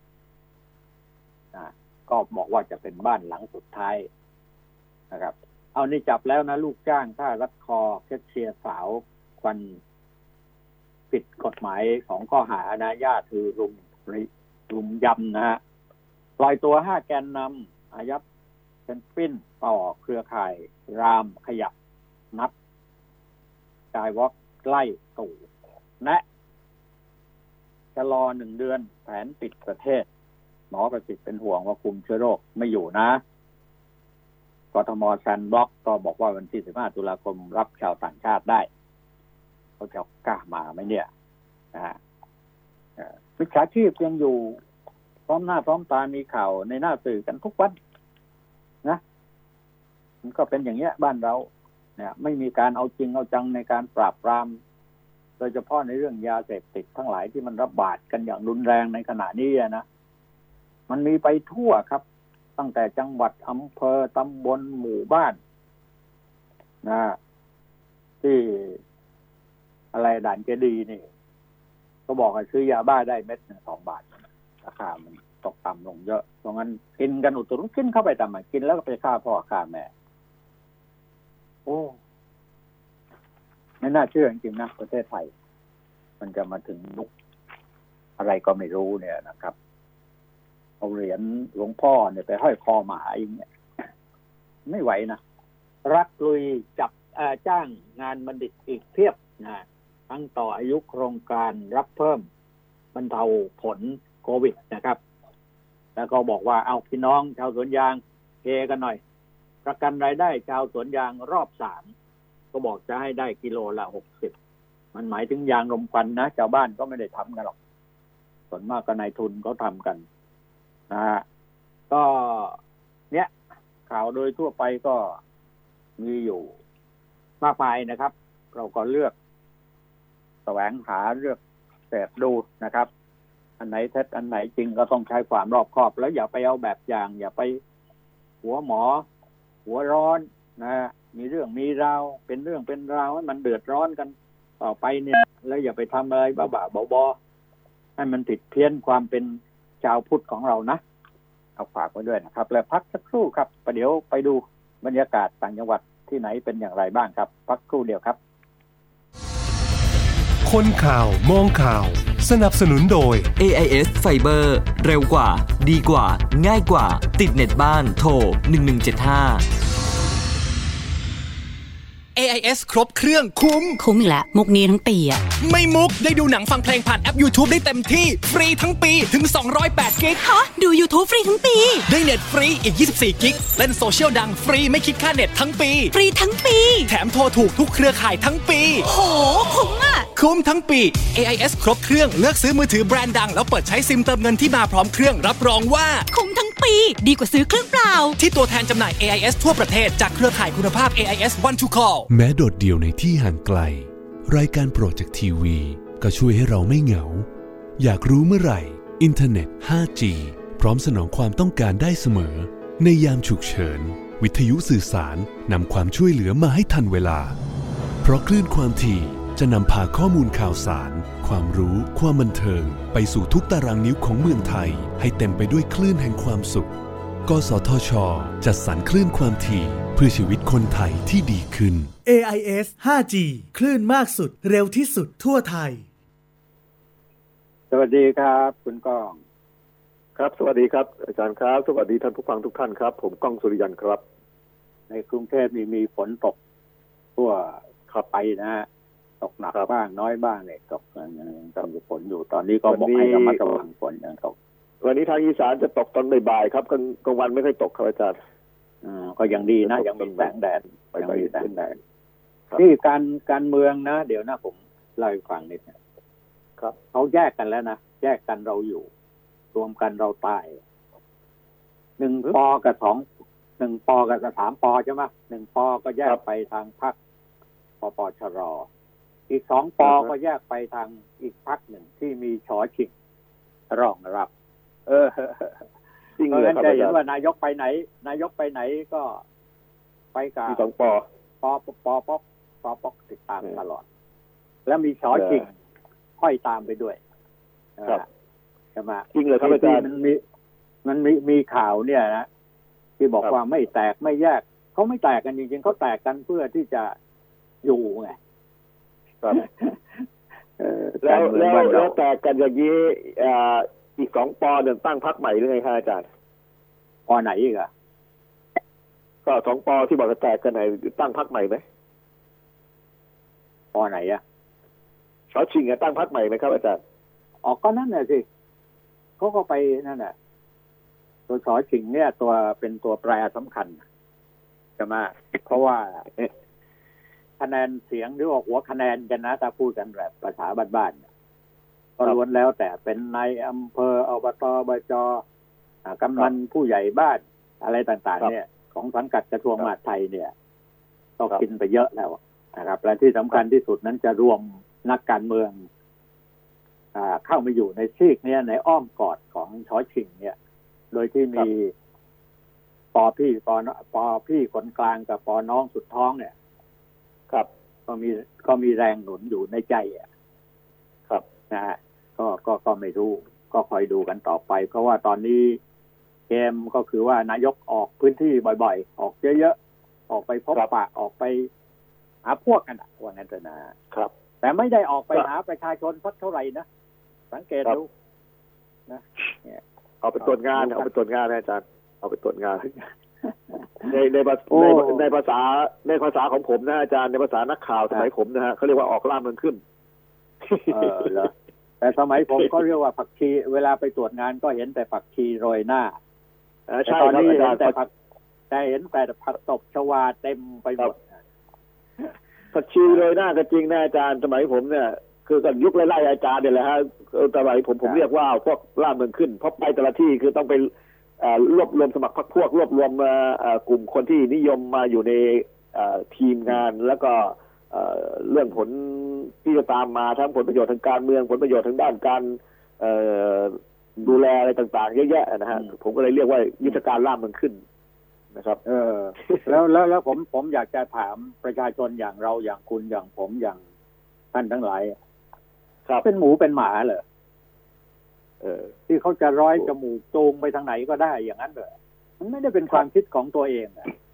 ก็บอกว่าจะเป็นบ้านหลังสุดท้ายนะครับเอานี่จับแล้วนะลูกจ้างถ้ารัดคอแคชเชียร์สาวควันผิดกฎหมาย2 ข้อหานะญาติคือรุมยำนะฮะปล่อยตัว5 แกนนำอายัดเพนกวินต่อเครือข่ายรามขยับนับกายวอล์กไล่ตู่และชะลอ1 เดือนแผนปิดประเทศหมอประสิทธิ์เป็นห่วงว่าคุมเชื้อโรคไม่อยู่นะกทมแซนด์บ็อกซ์ก็บอกว่าวันที่15ตุลาคมรับชาวต่างชาติได้เขาจะกล้ามาไหมเนี่ยมิจฉาชีพยังอยู่พร้อมหน้าพร้อมตามีข่าวในหน้าสื่อกันทุกวันนะมันก็เป็นอย่างเงี้ยบ้านเราเนี่ยไม่มีการเอาจริงเอาจังในการปราบปรามโดยเฉพาะในเรื่องยาเสพติดทั้งหลายที่มันระบาดกันอย่างรุนแรงในขณะนี้นะมันมีไปทั่วครับตั้งแต่จังหวัดอำเภอตำบลหมู่บ้านนะที่อะไรด่านเจดีนี่ก็บอกให้ซื้อยาบ้าได้เม็ด2 บาทราคามันตกต่ำลงเยอะเพราะงั้นกินกันอุตรุกินเข้าไปทำไมกินแล้วก็ไปฆ่าพ่อฆ่าแม่โอ้ไม่น่าเชื่อจริงๆนะประเทศไทยมันจะมาถึงยุคอะไรก็ไม่รู้เนี่ยนะครับเอาเหรียญหลวงพ่อเนี่ยไปห้อยคอหมาอย่างเงี้ยไม่ไหวนะรักลุยจับจ้างงานบัณฑิตอีกเพียบนะทั้งต่ออายุโครงการรับเพิ่มบรรเทาผลโควิดนะครับแล้วก็บอกว่าเอาพี่น้องชาวสวนยางเฮกันหน่อยประกันรายได้ชาวสวนยางรอบ3ก็บอกจะให้ได้กิโลละ60มันหมายถึงยางรมควันนะชาวบ้านก็ไม่ได้ทำกันหรอกส่วนมากก็นายทุนเขาทำกันนะฮะก็เนี้ยข่าวโดยทั่วไปก็มีอยู่มากมายนะครับเราก็เลือกแสวงหาเลือกเสพดูนะครับอันไหนเท็จอันไหนจริงก็ต้องใช้ความรอบคอบแล้วอย่าไปเอาแบบอย่างอย่าไปหัวหมอหัวร้อนนะมีเรื่องมีราวเป็นเรื่องเป็นราวให้มันเดือดร้อนกันต่อไปเนี่ยแล้วอย่าไปทำอะไรบ้าๆบอๆให้มันติดเพี้ยนความเป็นชาวพุทธของเรานะเอาฝากไว้ด้วยนะครับแล้วพักสักครู่ครับประเดี๋ยวไปดูบรรยากาศต่างจังหวัดที่ไหนเป็นอย่างไรบ้างครับพักครู่เดียวครับคนข่าวมองข่าวสนับสนุนโดย AIS Fiber เร็วกว่าดีกว่าง่ายกว่าติดเน็ตบ้านโทร1175 AIS ครบเครื่องคุ้มอีกแล้วมุกนี้ทั้งปีอ่ะไม่มุกได้ดูหนังฟังเพลงผ่านแอป YouTube ได้เต็มที่ฟรีทั้งปีถึง208กิกฮะดู YouTube ฟรีทั้งปีได้เน็ตฟรีอีก24กิกเล่นโซเชียลดังฟรีไม่คิดค่าเน็ตทั้งปีฟรีทั้งปีแถมโทรถูกทุกเครือข่ายทั้งปีโหคุ้มอ่ะคุ้มทั้งปี AIS ครบเครื่องเลือกซื้อมือถือแบรนด์ดังแล้วเปิดใช้ซิมเติมเงินที่มาพร้อมเครื่องรับรองว่าคุ้มทั้งปีดีกว่าซื้อเครื่องเปล่าที่ตัวแทนจำหน่าย AIS ทั่วประเทศจากเครือข่ายคุณภาพ AIS One to Call แม้โดดเดี่ยวในที่ห่างไกลรายการโปรดจากทีวีก็ช่วยให้เราไม่เหงาอยากรู้เมื่อไหร่อินเทอร์เน็ต 5G พร้อมสนองความต้องการได้เสมอในยามฉุกเฉินวิทยุสื่อสารนำความช่วยเหลือมาให้ทันเวลาเพราะคลื่นความถี่จะนำพาข้อมูลข่าวสารความรู้ความบันเทิงไปสู่ทุกตารางนิ้วของเมืองไทยให้เต็มไปด้วยคลื่นแห่งความสุขกสทช.จัดสรรคลื่นความถี่เพื่อชีวิตคนไทยที่ดีขึ้น AIS 5G คลื่นมากสุดเร็วที่สุดทั่วไทยสวัสดีครับคุณก้องครับสวัสดีครับอาจารย์ครับสวัสดีท่านผู้ฟังทุกท่านครับผมก้องสุริยันครับในกรุงเทพมีฝนตกทั่วเข้าไปนะฮะตกหนักบ้างน้อยบ้างเนี่ยตกยังมีฝนอยู่ตอนนี้ก็บอกให้ระมัดระวังฝนยังตกวันนี้ทางอีสานจะตกตอนบ่ายๆครับกลางวันไม่ค่อยตกครับอาจารย์ก็ยังดีนะยังมีแสงแดดยังมีแสงแดดที่การเมืองนะเดี๋ยวนะผมเล่าให้ฟังนิดนึงครับเขาแยกกันแล้วนะแยกกันเราอยู่รวมกันเราตาย1 ป.กับ1 ป.กับ3 ป.ใช่ไหม1 ป.ก็แยกไปทางพรรคปปชร.อีก2 ป.ก็แยกไปทางอีกพรรคหนึ่งที่มีช.ชิงรองรับจริงเลยครับจะเห็นว่านายกไปไหนก็ไปกับ 2 ป. ปติดตามตลอดแล้วมีช.ชิงค่อยตามไปด้วยใช่ไหมจริงเลยครับอาจารย์มันมีข่าวเนี่ยนะที่บอกว่าไม่แตกไม่แยกเขาไม่แตกกันจริงๆเขาแตกกันเพื่อที่จะอยู่ไงแล้วแตกกันอย่างนี้อีก2 ป.เนี่ยตั้งพรรคใหม่หรือไงครับอาจารย์ป.ไหนอีกอ่ะก็2 ป.ที่บอกจะแตกกันไหนตั้งพรรคใหม่ไหมป.ไหนอ่ะช.ชิงตั้งพรรคใหม่ไหมครับอาจารย์ก็นั่นแหละสิเขาก็ไปนั่นแหละตัวช.ชิงเนี่ยตัวเป็นตัวแปรสำคัญจะมาเพราะว่าคะแนนเสียงหรือว่าหัวคะแนนกันนะถ้าพูดกันแบบภาษาบ้านๆก็ล้วนแล้วแต่เป็นนายอำเภออบตอบจกำนันผู้ใหญ่บ้านอะไรต่างๆเนี่ยของสังกัดกระทรวงมหาดไทยเนี่ยก็กินไปเยอะแล้วนะครับและที่สำคัญที่สุดนั้นจะรวมนักการเมืองเข้ามาอยู่ในซีกเนี่ยในอ้อมกอดของช้อชิงเนี่ยโดยที่มีปอพี่คนกลางกับปอน้องสุดท้องเนี่ยครับก็มีแรงหนุนอยู่ในใจครับนะฮะก็ไม่รู้ก็คอยดูกันต่อไปเพราะว่าตอนนี้เกมก็คือว่านายกออกพื้นที่บ่อยๆออกเยอะๆออกไปพบปะออกไปหาพวกกันว่างั้นเถอะนะครับแต่ไม่ได้ออกไปหาประชาชนสักเท่าไหร่นะสังเกตดูนะเอาไปตรวจงานนะอาจารย์เอาไปตรวจงานในภาษาของผมนะอาจารย์ในภาษานักข่าวสมัยผมนะฮะเขาเรียกว่าออกล่าเมืองขึ้นเหรอแต่สมัยผมก็เรียกว่าผักชีเวลาไปตรวจงานก็เห็นแต่ผักชีโรยหน้าใช่ตอนนี้เห็นแต่ผักตบชวาเต็มไปหมดผักชีโรยหน้าก็จริงนะอาจารย์สมัยผมเนี่ยคือกันยุคไล่อาจารย์เนี่ยแหละฮะสมัยผมเรียกว่าพวกล่าเมืองขึ้นเพราะไปแต่ละที่คือต้องไปรวบรวมสมัครพรรคพวกรวบรวมกลุ่มคนที่นิยมมาอยู่ในทีมงานแล้วก็เรื่องผลที่จะตามมาทั้งผลประโยชน์ทางการเมืองผลประโยชน์ทางด้านการดูแลอะไรต่างๆเยอะแยะนะฮะผมก็เลยเรียกว่ายุทธการล่าเมืองขึ้นนะครับแล้วผมอยากจะถามประชาชนอย่างเราอย่างคุณอย่างผมอย่างท่านทั้งหลายเป็นหมูเป็นหมาเหรอที่เขาจะร้อยจมูกจูงไปทางไหนก็ได้อย่างนั้นเหรอมันไม่ได้เป็นความคิดของตัวเอง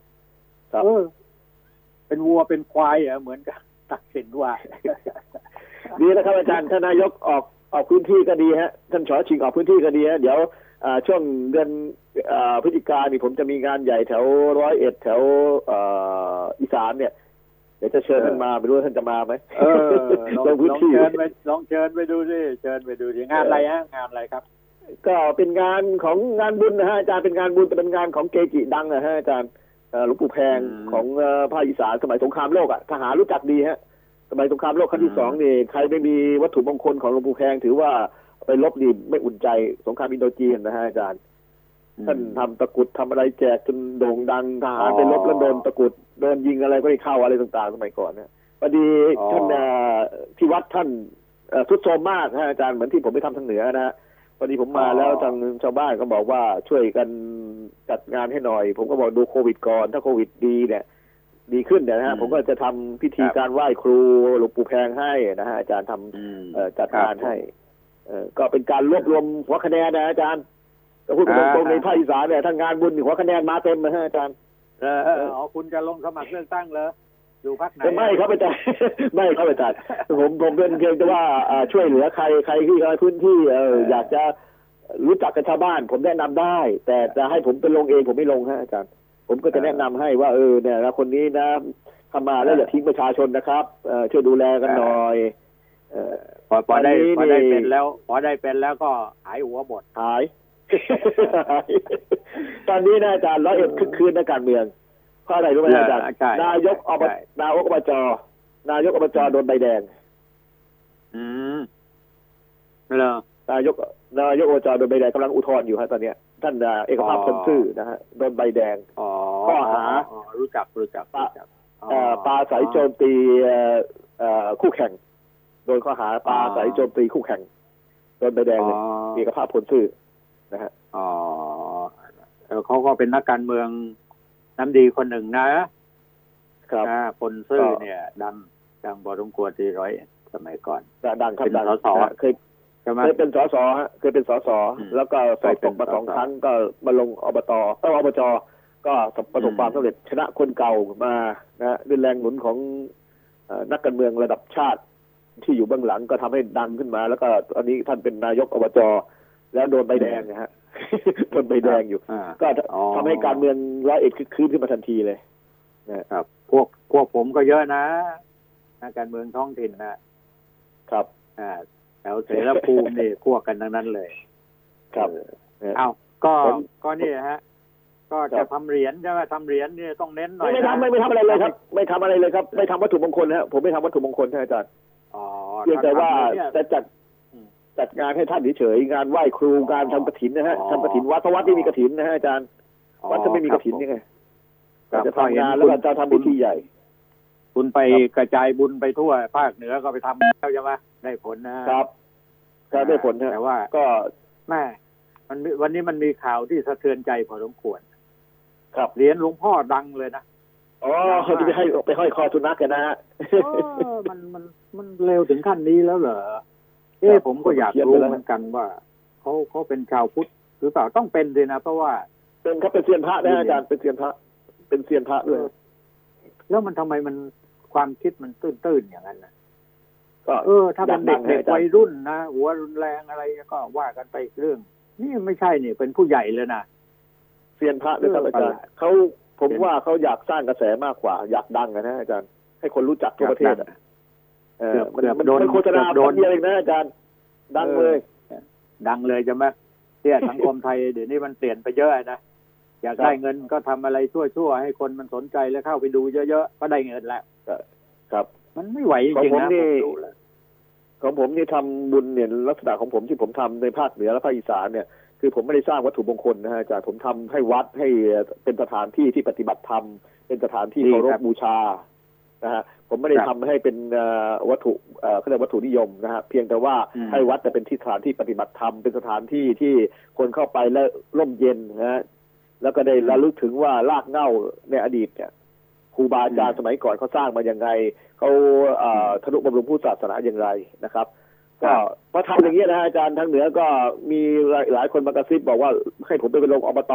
เป็นวัวเป็นควายเหมือนกับตักสินว่าดีนะครับอาจารย์ท่านนายกออกพื้นที่ก็ดีฮะท่านฉอชิงออกพื้นที่ก็ดีฮะเดี๋ยวช่วงเดือนพฤศจิกายนนี่ผมจะมีงานใหญ่แถว101แถวอีสานเนี่ยเดี๋ยวจะเชิญท่านมาไม่รู้ท่านจะมาไหมลองเชิญไปดูสิงานอะไรฮะงานอะไรครับก็เป็นงานของงานบุญนะฮะอาจารย์เป็นงานบุญแต่เป็นงานของเกจิดังนะฮะอาจารย์หลวงปู่แพงของภาคอีสานสมัยสงครามโลกทหารรู้จักดีฮะสมัยสงครามโลกครั้งที่2นี่ใครไม่มีวัตถุมงคลของหลวงปู่แพงถือว่าไปลบนี่ไม่อุ่นใจสงครามอินโดจีนนะฮะอาจารย์ท่านทำตะกุดทำอะไรแจกจนโด่งดังทหารไปลบแล้วโดนตะกุดโดนยิงอะไรก็ได้เข้าอะไรต่างๆสมัยก่อนนะพอดีท่านที่วัดท่านทรุดโทรมมากฮะอาจารย์เหมือนที่ผมไปทำทางเหนือนะฮะพอดีผมมาแล้วทางชาวบ้านก็บอกว่าช่วยกันจัดงานให้หน่อยผมก็บอกดูโควิดก่อนถ้าโควิดดีเนี่ยดีขึ้นนะฮะผมก็จะทำพิธีการไหว้ครูหลวงปู่แพงให้นะฮะอาจารย์ทำจัดงานให้ก็เป็นการรวบรวมหัวคะแนนนะอาจารย์ก็พูดตรงๆในภาคอีสานเนี่ยทั้งงานบุญหัวคะแนนมาเต็มนะฮะอาจารย์คุณจะลงสมัครเลือกตั้งเหรออยู่พรรคไหนไม่ครับอาจารย์ไม่ครับอาจารย์ผมเป็นเพียงแต่ว่าช่วยเหลือใครที่พื้นที่อยากจะรู้จักกับชาวบ้านผมแนะนำได้แต่จะให้ผมเป็นลงเองผมไม่ลงฮะอาจารย์ผมก็จะแนะนำให้ว่าเนี่ยนะคนนี้นะทำมาแล้วอย่าทิ้งประชาชนนะครับช่วยดูแลกันหน่อยพอได้เป็นแล้วก็หายหัวหมดหายตอนนี้นะอาจารย์101คึกคืนในการเมืองเพราะอะไรรู้ไหมอาจารย์นายกอบจโดนใบแดงเหรอนายกอบจโดนใบแดงกำลังอุทธรณ์อยู่ฮะตอนนี้ท่านเอกภาพคนซื่อนะฮะโดนใบแดงข้อหารู้จักปาใสโจมตีคู่แข่งโดนข้อหาปาใสโจมตีคู่แข่งโดนใบแดงเลยเอกภาพคนซื่อนะฮะเขาก็เป็นนักการเมืองน้ำดีคนหนึ่งนะครับคนซื่อเนี่ยดังพอสมควรที่101สมัยก่อนดังครับดังส. เคยเป็นส.ส.ฮะเคยเป็นส.ส.แล้วก็สอบตกมา2 ครั้งก็มาลงอบจก็ประสบความสำเร็จชนะคนเก่ามานะด้วยแรงหนุนของนักการเมืองระดับชาติที่อยู่เบื้องหลังก็ทำให้ดังขึ้นมาแล้วก็ตอนนี้ท่านเป็นนายกอบจแล้วโดนใบแดงนะฮะโดนใบแดงอยู่ก็ทำให้การเมือง101คึกคืนขึ้นมาทันทีเลยนะครับพวกผมก็เยอะนะนักการเมืองท้องถิ่นนะครับแถวเสรภูมินี่พวกกันทั้งนั้นเลยครับก็นี่ฮะก็จะทำเหรียญใช่ไหมทำเหรียญเนี่ยต้องเน้นหน่อยไม่ทำอะไรเลยครับไม่ทำอะไรเลยครับไม่ทำวัตถุมงคลฮะผมไม่ทำวัตถุมงคลท่านอาจารย์เพียงแต่ว่าจะจัดงานให้ท่านเฉยๆงานไหว้ครูการทำกฐินนะฮะทำกฐินวัดเพราะวัดที่มีกฐินนะฮะอาจารย์วัดจะไม่มีกฐินยังไงจะทำงานแล้วจะทำพิธีใหญ่คุณไปกระจายบุญไปทั่วภาคเหนือก็ไปทำแล้วใช่ไหมได้ผลนะครับได้ผลนะแต่ว่าก็แม่วันนี้มันมีข่าวที่สะเทือนใจพอสมควรครับเหรียญหลวงพ่อดังเลยนะเขาจะไปห้อยคอสุนัขกันนะฮะมันเร็วถึงขั้นนี้แล้วเหรอผมก็อยากรู้เหมือนกันว่าเขาเป็นชาวพุทธหรือเปล่าต้องเป็นเลยนะเพราะว่าเป็นครับเป็นเซียนพระนะอาจารย์เป็นเซียนพระด้วยแล้วมันทำไมมันความคิดมันตื้นๆอย่างนั้นนะก็ถ้าเป็นเด็กวัยรุ่นนะหัวรุนแรงอะไรก็ว่ากันไปเรื่องนี่ไม่ใช่นี่เป็นผู้ใหญ่เลยนะเซียนพระด้วยครับอาจารย์ผมว่าเขาอยากสร้างกระแสมากกว่าอยากดังนะอาจารย์ให้คนรู้จักทั่วประเทศมันโดนโฆษณาโดนเยอะเลยนะอาจารย์ดังเลยจะไหมเนี่ยสังคมไทยเดี๋ยวนี้มันเปลี่ยนไปเยอะนะอยากได้เงินก็ทำอะไรชั่วๆให้คนมันสนใจแล้วเข้าไปดูเยอะๆก็ได้เงินแล้วครับมันไม่ไหวจริงๆนะของผมนี่ทำบุญเนี่ยลักษณะของผมที่ผมทำในภาคเหนือและภาคอีสานเนี่ยคือผมไม่ได้สร้างวัตถุมงคลนะฮะอาจารย์ผมทำให้วัดให้เป็นสถานที่ที่ปฏิบัติธรรมเป็นสถานที่เคารพบูชานะฮะผมไม่ได้ทำให้เป็นวัตถุเขาเรียกวัตถุนิยมนะฮะเพียงแต่ว่าให้วัดแต่เป็นที่สถานที่ปฏิบัติธรรมเป็นสถานที่ที่คนเข้าไปแล้วร่มเย็นนะฮะแล้วก็ได้ระลึกถึงว่ารากเหง้าในอดีตเนี่ยครูบาอาจารย์สมัยก่อนเขาสร้างมาอย่างไรเขาทนุบำรุงพุทธศาสนาอย่างไรนะครับก็พอทำอย่างนี้นะอาจารย์ทางเหนือก็มีหลายคนมากระซิบบอกว่าให้ผมไปเป็นรองอบต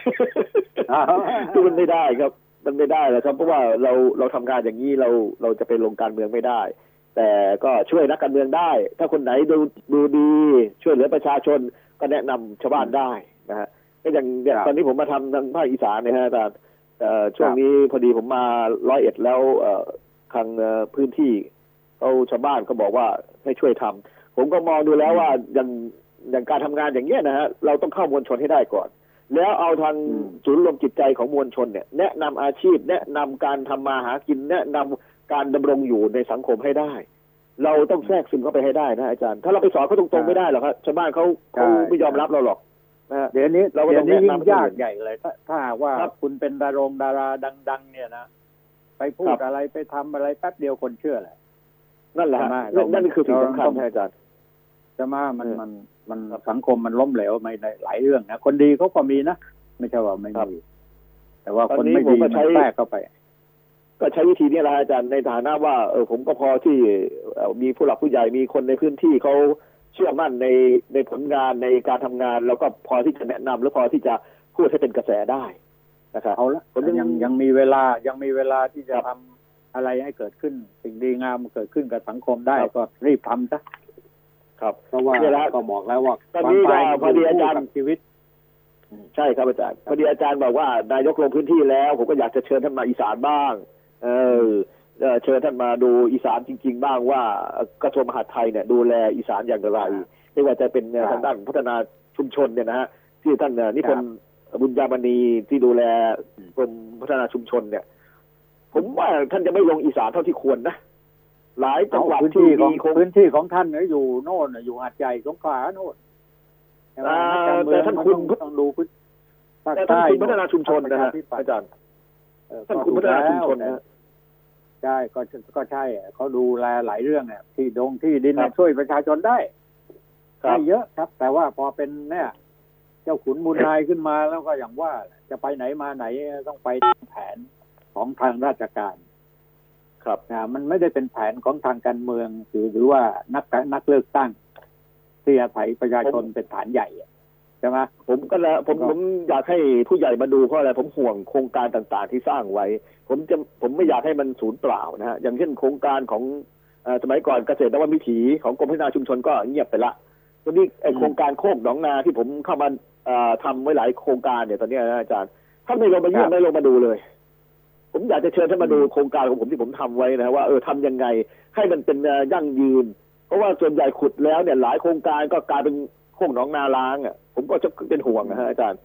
คือมันไม่ได้ครับมันไม่ได้แล้วครับเพราะว่าเราทำงานอย่างนี้เราจะไปลงการเมืองไม่ได้แต่ก็ช่วยนักการเมืองได้ถ้าคนไหนดูดีช่วยเหลือประชาชนก็แนะนำชาวบ้านได้นะฮะก็อย่างตอนนี้ผมมาทำทางภาคอีสานนะฮะอาจารย์ช่วงนี้พอดีผมมา101แล้วทางพื้นที่ชาวบ้านก็บอกว่าให้ช่วยทำผมก็มองดูแล้วว่าอย่างการทำงานอย่างเงี้ยนะฮะเราต้องเข้ามวลชนให้ได้ก่อนแล้วเอาทางศูนย์รวมจิตใจของมวลชนเนี่ยแนะนำอาชีพแนะนำการทำมาหากินแนะนำการดำรงอยู่ในสังคมให้ได้เราต้องแทรกซึมเข้าไปให้ได้นะอาจารย์ถ้าเราไปสอนเขาตรงๆไม่ได้หรอกครับชาวบ้านเขาไม่ยอมรับเราหรอกเดี๋ยวนี้เราต้องยิ่งยากใหญ่เลยถ้าว่าคุณเป็นดาราดังๆเนี่ยนะไปพูดอะไรไปทำอะไรแป๊บเดียวคนเชื่อแหละนั่นแหละนั่นคือสิ่งสำคัญอาจารย์จะมามันสังคมมันล้มเหลวในหลายเรื่องนะคนดีเขาก็มีนะไม่ใช่ว่าไม่มีแต่ว่าคนไม่ดีมันแทรกเข้าไปก็ใช้วิธีนี้แหละอาจารย์ในฐานะว่าผมก็พอที่มีผู้หลักผู้ใหญ่มีคนในพื้นที่เขาเชื่อมั่นในผลงานในการทำงานแล้วก็พอที่จะแนะนำหรือพอที่จะพูดให้เป็นกระแสได้นะครับเอาละผมยังมีเวลาที่จะทำอะไรให้เกิดขึ้นสิ่งดีงามเกิดขึ้นกับสังคมได้ก็รีบทำซะครับเพราะว่าก็บอกแล้วว่าตอนนี้พอดีอาจารย์ชีวิตใช่ครับอาจารย์พอดีอาจารย์บอกว่านายกลงพื้นที่แล้วผมก็อยากจะเชิญท่านมาอีสานบ้างเชิญท่านมาดูอีสานจริงๆบ้างว่ากระทรวงมหาดไทยเนี่ยดูแลอีสานอย่างไรไม่ว่าจะเป็นทางด้านพัฒนาชุมชนเนี่ยนะฮะที่ท่านนิพนธ์บุญญามณีที่ดูแลกรมพัฒนาชุมชนเนี่ยผมว่าท่านจะไม่ลงอีสานเท่าที่ควรนะหลายจังหวัดที่มีพื้นที่ของท่านเนี่ยอยู่โน่นอยู่หาดใหญ่สงขลาโน่นแต่ท่านคุณต้องดูแต่ท่านคุณพัฒนาชุมชนนะฮะอาจารย์ท่านคุณพัฒนาชุมชนนะใช่ก็ใช่เขาดูแลหลายเรื่องเนี่ยที่ดินช่วยประชาชนได้เยอะครับแต่ว่าพอเป็นเนี่ยเจ้าขุนมูลนายขึ้นมาแล้วก็อย่างว่าจะไปไหนมาไหนต้องไปตามแผนของทางราชการครับมันไม่ได้เป็นแผนของทางการเมืองหรือว่านักเลือกตั้งที่อาศัยประชาชนเป็นฐานใหญ่ใช่ไหมผมอยากให้ผู้ใหญ่มาดูเพราะอะไรผมห่วงโครงการต่างๆที่สร้างไว้ผมไม่อยากให้มันสูญเปล่านะฮะอย่างเช่นโครงการของสมัยก่อนเกษตรนววิถีของกรมพัฒนาชุมชนก็เงียบไปละตอนนี้โครงการโคกหนองนาที่ผมเข้ามาทำไว้หลายโครงการเนี่ยตอนนี้นะอาจารย์ท่านไม่ลงมาเยี่ยมไม่ลงมาดูเลยผมอยากจะเชิญท่านมาดูโครงการของผมที่ผมทำไว้นะว่าทำยังไงให้มันเป็นยั่งยืนเพราะว่าส่วนใหญ่ขุดแล้วเนี่ยหลายโครงการก็กลายเป็นโคกหนองนาล้างอ่ะผมก็จะเป็นห่วงนะฮะอาจารย์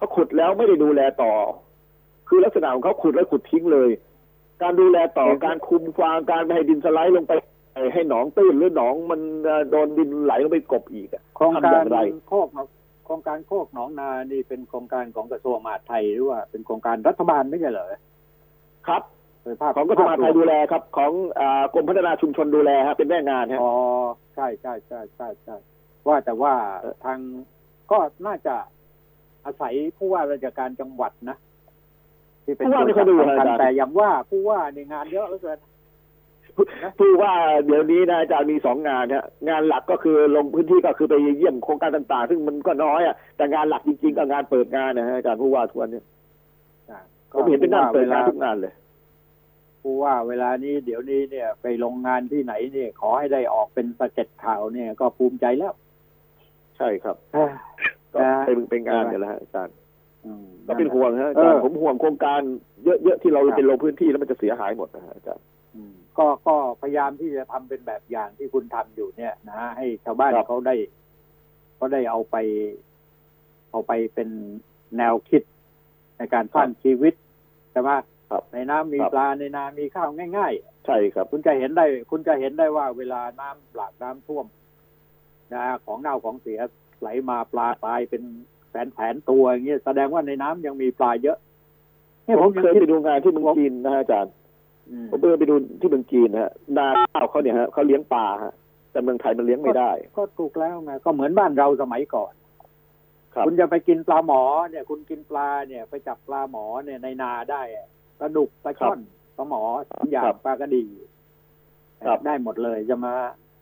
เขาขุดแล้วไม่ได้ดูแลต่อคือลักษณะของเขาขุดแล้วขุดทิ้งเลยการดูแลต่อการคุมฟางการไม่ให้ดินสไลด์ลงไปให้หนองตื้นหรือหนองมันโดนดินไหลลงไปกบอีกโครงการโคกหนองนานี่เป็นโครงการของกระทรวงมหาดไทยหรือว่าเป็นโครงการรัฐบาลไม่ใช่เหรอครับของกระทรวงมหาดไทยดูแลครับของกรมพัฒนาชุมชนดูแลครับเป็นแม่งานครับอ๋อใช่ว่าแต่ว่าทางก็น่าจะอาศัยผู้ว่าราชการจังหวัดนะที่เป็นผู้ว่าสำคัญแต่อย่างว่าผู้ว่าในงานเยอะเหลือเกินผู้ว่าเดี๋ยวนี้นะอาจารย์มี2 งานฮะงานหลักก็คือลงพื้นที่ก็คือไปเยี่ยมโครงการต่างๆซึ่งมันก็น้อยอ่ะแต่งานหลักจริงๆก็งานเปิดงานนะฮะอาจารย์ผู้ว่าทุกวันนี้ผมเห็นเป็นงานเปิดงานทุกงานเลยผู้ว่าเวลานี้เดี๋ยวนี้เนี่ยไปลงงานที่ไหนเนี่ยขอให้ได้ออกเป็นสเก็ตข่าวเนี่ยก็ภูมิใจแล้วใช่ครับก็เป็นงานเนี่ยแหละฮะอาจารย์ก็เป็นห่วงฮะอาจารย์ผมห่วงโครงการเยอะๆที่เราเป็นลงพื้นที่แล้วมันจะเสียหายหมดนะฮะอาจารย์ก็พยายามที่จะทำเป็นแบบอย่างที่คุณทำอยู่เนี่ยนะให้ชาวบ้านเขาได้เอาไปเป็นแนวคิดในการสร้างชีวิตใช่ไหมในน้ำมีปลาในนามีข้าวง่ายๆใช่ครับคุณจะเห็นได้ว่าเวลาน้ำหลากน้ำท่วมนะของเน่าของเสียไหลมาปลาตายเป็นแสนตัวอย่างเงี้ยแสดงว่าในน้ำยังมีปลาเยอะนี่ผมเคยไปดูงานที่เมืองจีนนะอาจารย์ผมไปดูที่เมืองจีนฮะนาข้าวเขาเนี่ยฮะเขาเลี้ยงปลาฮะแต่เมืองไทยมันเลี้ยงไม่ได้ก็ถูกแล้วไงก็เหมือนบ้านเราสมัยก่อนคุณจะไปกินปลาหมอเนี่ยคุณกินปลาเนี่ยไปจับปลาหมอเนี่ยในนาได้ปลาดุกปลาช่อนปลาหมอ3 อย่างปลากระดีได้หมดเลยจะมา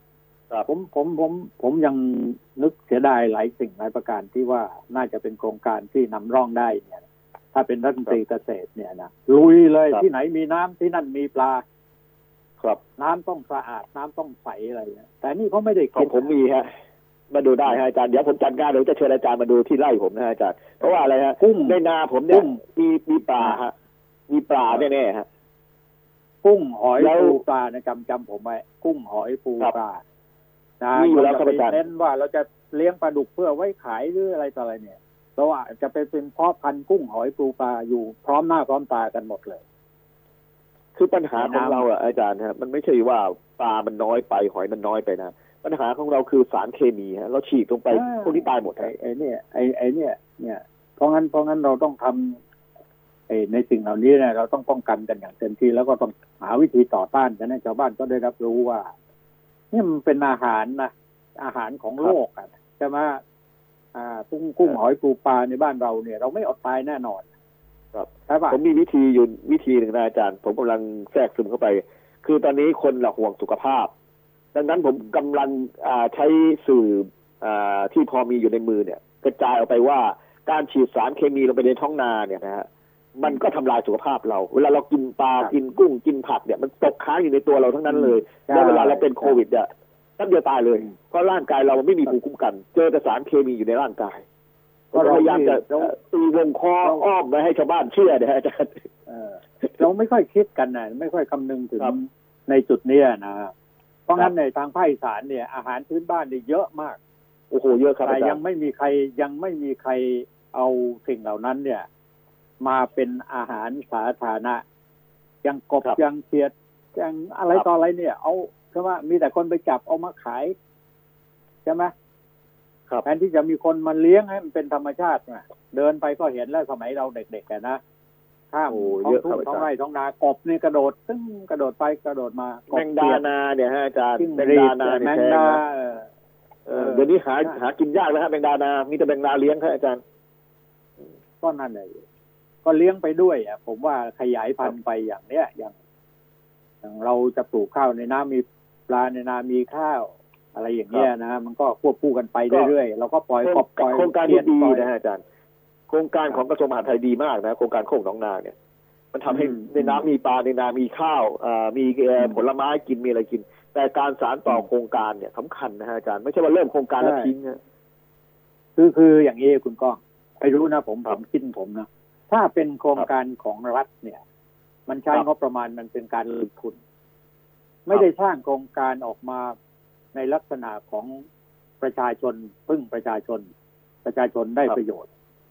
ผมยังนึกเสียดายหลายสิ่งหลายประการที่ว่าน่าจะเป็นโครงการที่นำร่องได้เนี่ยถ้าเป็นรัฐมนตรีเกษตรเนี่ยนะลุยเลยที่ไหนมีน้ำที่นั่นมีปลาครับน้ำต้องสะอาดน้ำต้องใสอะไรแต่นี่เขาไม่ได้คิดผมมีฮะมาดูได้ฮะอาจารย์เดี๋ยวผมจัดงานเดี๋ยวจะเชิญอาจารย์มาดูที่ไร่ผมนะอาจารย์เพราะว่าอะไรฮะกุ้งในนาผมเนี่ยมีปลาฮะมีปลาแน่ๆฮะกุ้งหอยปูปลานะจำผมไว้กุ้งหอยปูปลามีอยู่แล้วครับอาจารย์เน้นว่าเราจะเลี้ยงปลาดุกเพื่อไว้ขายหรืออะไรต่ออะไรเนี่ยเพราะว่าจะเป็นเพาะพันธุ์กุ้งหอยปูปลาอยู่พร้อมหน้าพร้อมตากันหมดเลยคือปัญหาของเราอ่ะอาจารย์ฮะมันไม่ใช่ว่าปลามันน้อยไปหอยมันน้อยไปนะปัญหาของเราคือสารเคมีฮะเราฉีดลงไปพวกที่ตายหมดไอ้เนี่ยเพราะงั้นเราต้องทำในสิ่งเหล่านี้เนี่ยเราต้องป้องกันกันอย่างเต็มที่แล้วก็ต้องหาวิธีต่อต้านกันให้ชาวบ้านก็ได้รับรู้ว่านี่มันเป็นอาหารนะอาหารของโลกอ่ะใช่ไหมกุ้งหอยปูปลาในบ้านเราเนี่ยเราไม่อดตายแน่นอนครับผมมีวิธีหนึ่งนะอาจารย์ผมกำลังแทรกซึมเข้าไปคือตอนนี้คนละห่วงสุขภาพดังนั้นผมกำลังใช้สื่อที่พอมีอยู่ในมือเนี่ยกระจายออกไปว่าการฉีดสารเคมีลงไปในท้องนาเนี่ยนะฮะมันก็ทำลายสุขภาพเราเวลาเรากินปลากินกุ้งกินผักเนี่ยมันตกค้างอยู่ในตัวเราทั้งนั้นเลยแล้วเวลาเราเป็นโควิดเนี่ยตั้งเดียวตายเลยเพราะร่างกายเราไม่มีภูมิคุ้มกันเจอแต่สารเคมีอยู่ในร่างกายก็พยายามจะตีวงคออ้อมไว้ให้ชาวบ้านเชื่อนะอาจารย์เราไม่ค่อยคิดกันนะไม่ค่อยคำนึงถึงในจุดนี้นะเพราะงั้นในทางภาคอีสานเนี่ยอาหารพื้นบ้านเนี่ยเยอะมากโอ้โหเยอะครับแต่ยังไม่มีใครเอาสิ่งเหล่านั้นเนี่ยมาเป็นอาหารสาธารณะยังกบยังเขียดยังอะไรต่ออะไรเนี่ยเอาใช่ไหมมีแต่คนไปจับเอามาขายใช่ไหมแทนที่จะมีคนมาเลี้ยงให้มันเป็นธรรมชาตินะเดินไปก็เห็นแล้วสมัยเราเด็กๆกันนะข้ามท้องไร่ท้องนากบนี่กระโดดซึ่งกระโดดไปกระโดดมาแมงดานาเนี่ยฮะอาจารย์แมงดานาแมงดาเดี๋ยวนี้หากินยากแล้วฮะแมงดานามีแต่แมงดาเลี้ยงครับอาจารย์ก็นั่นเลยก็เลี้ยงไปด้วยอ่ะผมว่าขยายพันธุ์ไปอย่างเนี้ยอย่างเราจะปลูกข้าวในน้ำมีปลาในนามีข้าวอะไรอย่างเงี้ยนะมันก็ควบคู่กันไปเรื่อยๆเราก็ปล่อยโครงการดีนะอาจารย์โครงการของกระทรวงมหาดไทยดีมากนะโครงการโคกหนองนาเนี่ยมันทำให้ในน้ำมีปลาในนามีข้าวมีผลไม้กินมีอะไรกินแต่การสานต่อโครงการเนี่ยสำคัญนะฮะอาจารย์ไม่ใช่ว่าเริ่มโครงการแล้วทิ้งนะคืออย่างนี้คุณก้องไม่รู้นะผมคิดผมนะถ้าเป็นโครงการของรัฐเนี่ยมันใช้งบประมาณมันเป็นการลงทุนไม่ได้สร้างโครงการออกมาในลักษณะของประชาชนพึ่งประชาชนได้ประโยชน์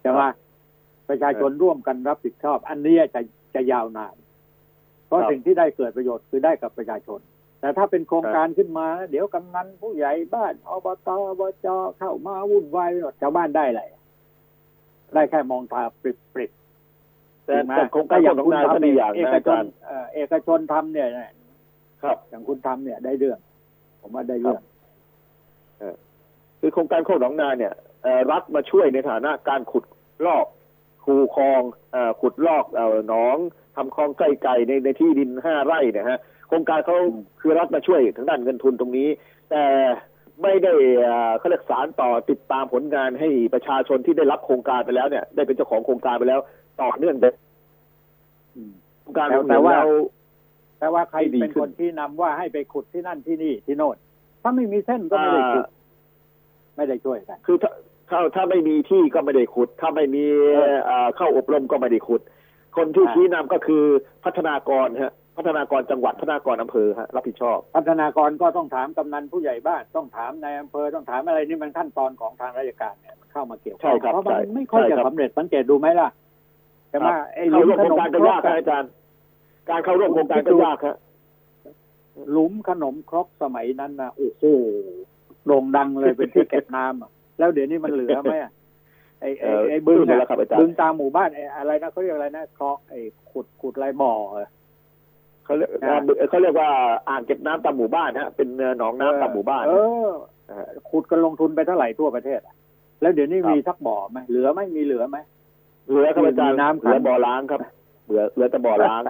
ใช่ไหมประชาชนร่วมกันรับผิดชอบ อันนี้จะยาวนานเพราะสิ่งที่ได้เกิดประโยชน์คือได้กับประชาชนแต่ถ้าเป็นโครงการขึ้นมาเดี๋ยวกำนันผู้ใหญ่บ้านอบตอบจเข้ามาวุ่นวายชาวบ้านได้อะไรได้แค่มองตาปริบๆแต่โครงการของนายก็ดีอย่างนะอาจารย์เอกชนทำเนี่ยครับอย่างคุณทำเนี่ยได้เรื่องผมว่าได้เรื่องคือโครงการโคกหนองนาเนี่ยรัฐมาช่วยในฐานะการขุดลอกคูคลองขุดลอกหนองทำคลองไก่ในที่ดิน5 ไร่เนี่ยฮะโครงการเขาคือรัฐมาช่วยทางด้านเงินทุนตรงนี้แต่ไม่ได้เขาเรียกสารต่อติดตามผลงานให้ประชาชนที่ได้รับโครงการไปแล้วเนี่ยได้เป็นเจ้าของโครงการไปแล้วต่อเนื่องโครงการแต่ว่าใครเป็นคนที่นำว่าให้ไปขุดที่นั่นที่นี่ที่โน่นถ้าไม่มีเส้นก็ไม่ได้ขุดไม่ได้ช่วยกันคือถ้าไม่มีที่ก็ไม่ได้ขุดถ้าไม่มีเข้าอบรมก็ไม่ได้ขุดคนที่ชี้นำก็คือพัฒนากรฮะพัฒนากรจังหวัดพัฒนากรอำเภอฮะรับผิดชอบพัฒนากรก็ต้องถามกำนันผู้ใหญ่บ้านต้องถามนายอำเภอต้องถามอะไรนี่มันขั้นตอนของทางราชการเนี่ยเข้ามาเกี่ยวข้องเพราะมันไม่ค่อยจะสำเร็จสังเกตดูไหมล่ะแต่ว่าเข้าร่วมโครงการก็ยากอาจารย์การเข้าร่วมโครงการก็ยากครับหลุมขนมครกสมัยนั้นนะโอ้โหโด่งดังเลยเป็นที่เก็บน้ำแล้วเดี๋ยวนี้มันเหลือไหมไอ้บึงตามหมู่บ้านอะไรนะเขาเรียกอะไรนะคลองขุดไรบ่อเขาเรียกว่าอ่างเก็บน้ำตามหมู่บ้านฮะเป็นหนองน้ำตามหมู่บ้านขุดกันลงทุนไปเท่าไหร่ทั่วประเทศแล้วเดี๋ยวนี้มีสักบ่อไหมเหลือไหมมีเหลือไหมเหลือครับอาจารย์น้ำเหลือบ่อล้างครับเหลือแต่บ่อล้าง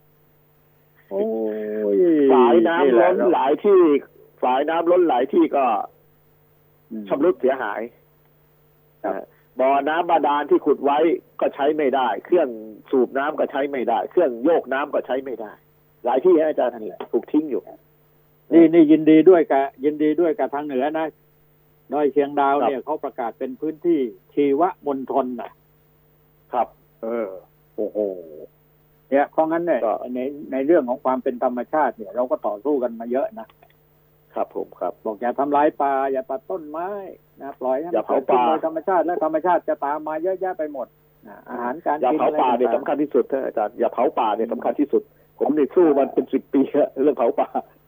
ฝายน้ำล้นหลายที่ฝายน้ำล้นหลายที่ก็ชำรุดเสียหายบ่อน้ำบาดาลที่ขุดไว้ก็ใช้ไม่ได้เครื่องสูบน้ำก็ใช้ไม่ได้เครื่องโยกน้ำก็ใช้ไม่ได้หลายที่อาจารย์ท่านแหละถูกทิ้งอยู่นี่ยินดีด้วยกับทางเหนือนะดอยเชียงดาวเนี่ยเขาประกาศเป็นพื้นที่ชีวมณฑลนะครับโอ้โหเนี่ยเพราะงั้นเนี่ยในเรื่องของความเป็นธรรมชาติเนี่ยเราก็ต่อสู้กันมาเยอะนะครับผมครับบอกอย่าทำลายป่าอย่าตัดต้นไม้นะปล่อยให้มันเกิดขึ้นโดยธรรมชาติและธรรมชาติจะตามมาเยอะแยะไปหมดอาหารการกินอย่าเผาป่าเนี่ยสำคัญที่สุดอาจารย์อย่าเผาป่าเนี่ยสำคัญที่สุดผมเนี่ยสู้มันเป็น10 ปีเรื่องเผาป่า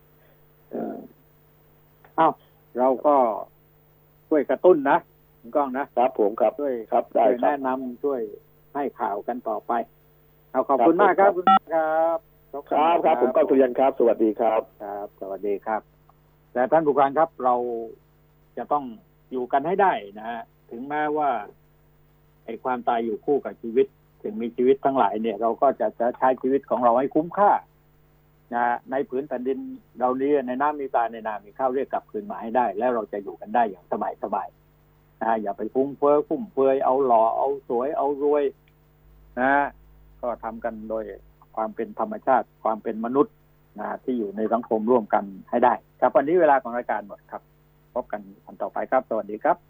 เราก็ช่วยกระตุ้นนะคุณก้องนะครับผมครับช่วยครับได้แนะนำช่วยให้ข่าวกันต่อไปขอบคุณมากครับคุณครับครับผมก้องสุริยันครับสวัสดีครับครับสวัสดีครับแต่ท่านผู้การครับเราจะต้องอยู่กันให้ได้นะฮะถึงแม้ว่าไอ้ความตายอยู่คู่กับชีวิตถึงมีชีวิตทั้งหลายเนี่ยเราก็จะใช้ชีวิตของเราให้คุ้มค่านะในผืนแผ่นดินเรานี้ในน้ำมีปลาในนามีข้าวเรียกกลับคืนมาให้ได้แล้วเราจะอยู่กันได้อย่างสบายนะอย่าไปฟุ้งเฟ้อฟุ่มเฟือยเอาหล่อเอาสวยเอารวยนะก็ทำกันโดยความเป็นธรรมชาติความเป็นมนุษย์ที่อยู่ในสังคมร่วมกันให้ได้ครับวันนี้เวลาของรายการหมดครับพบกันวันต่อไปครับสวัสดีครับ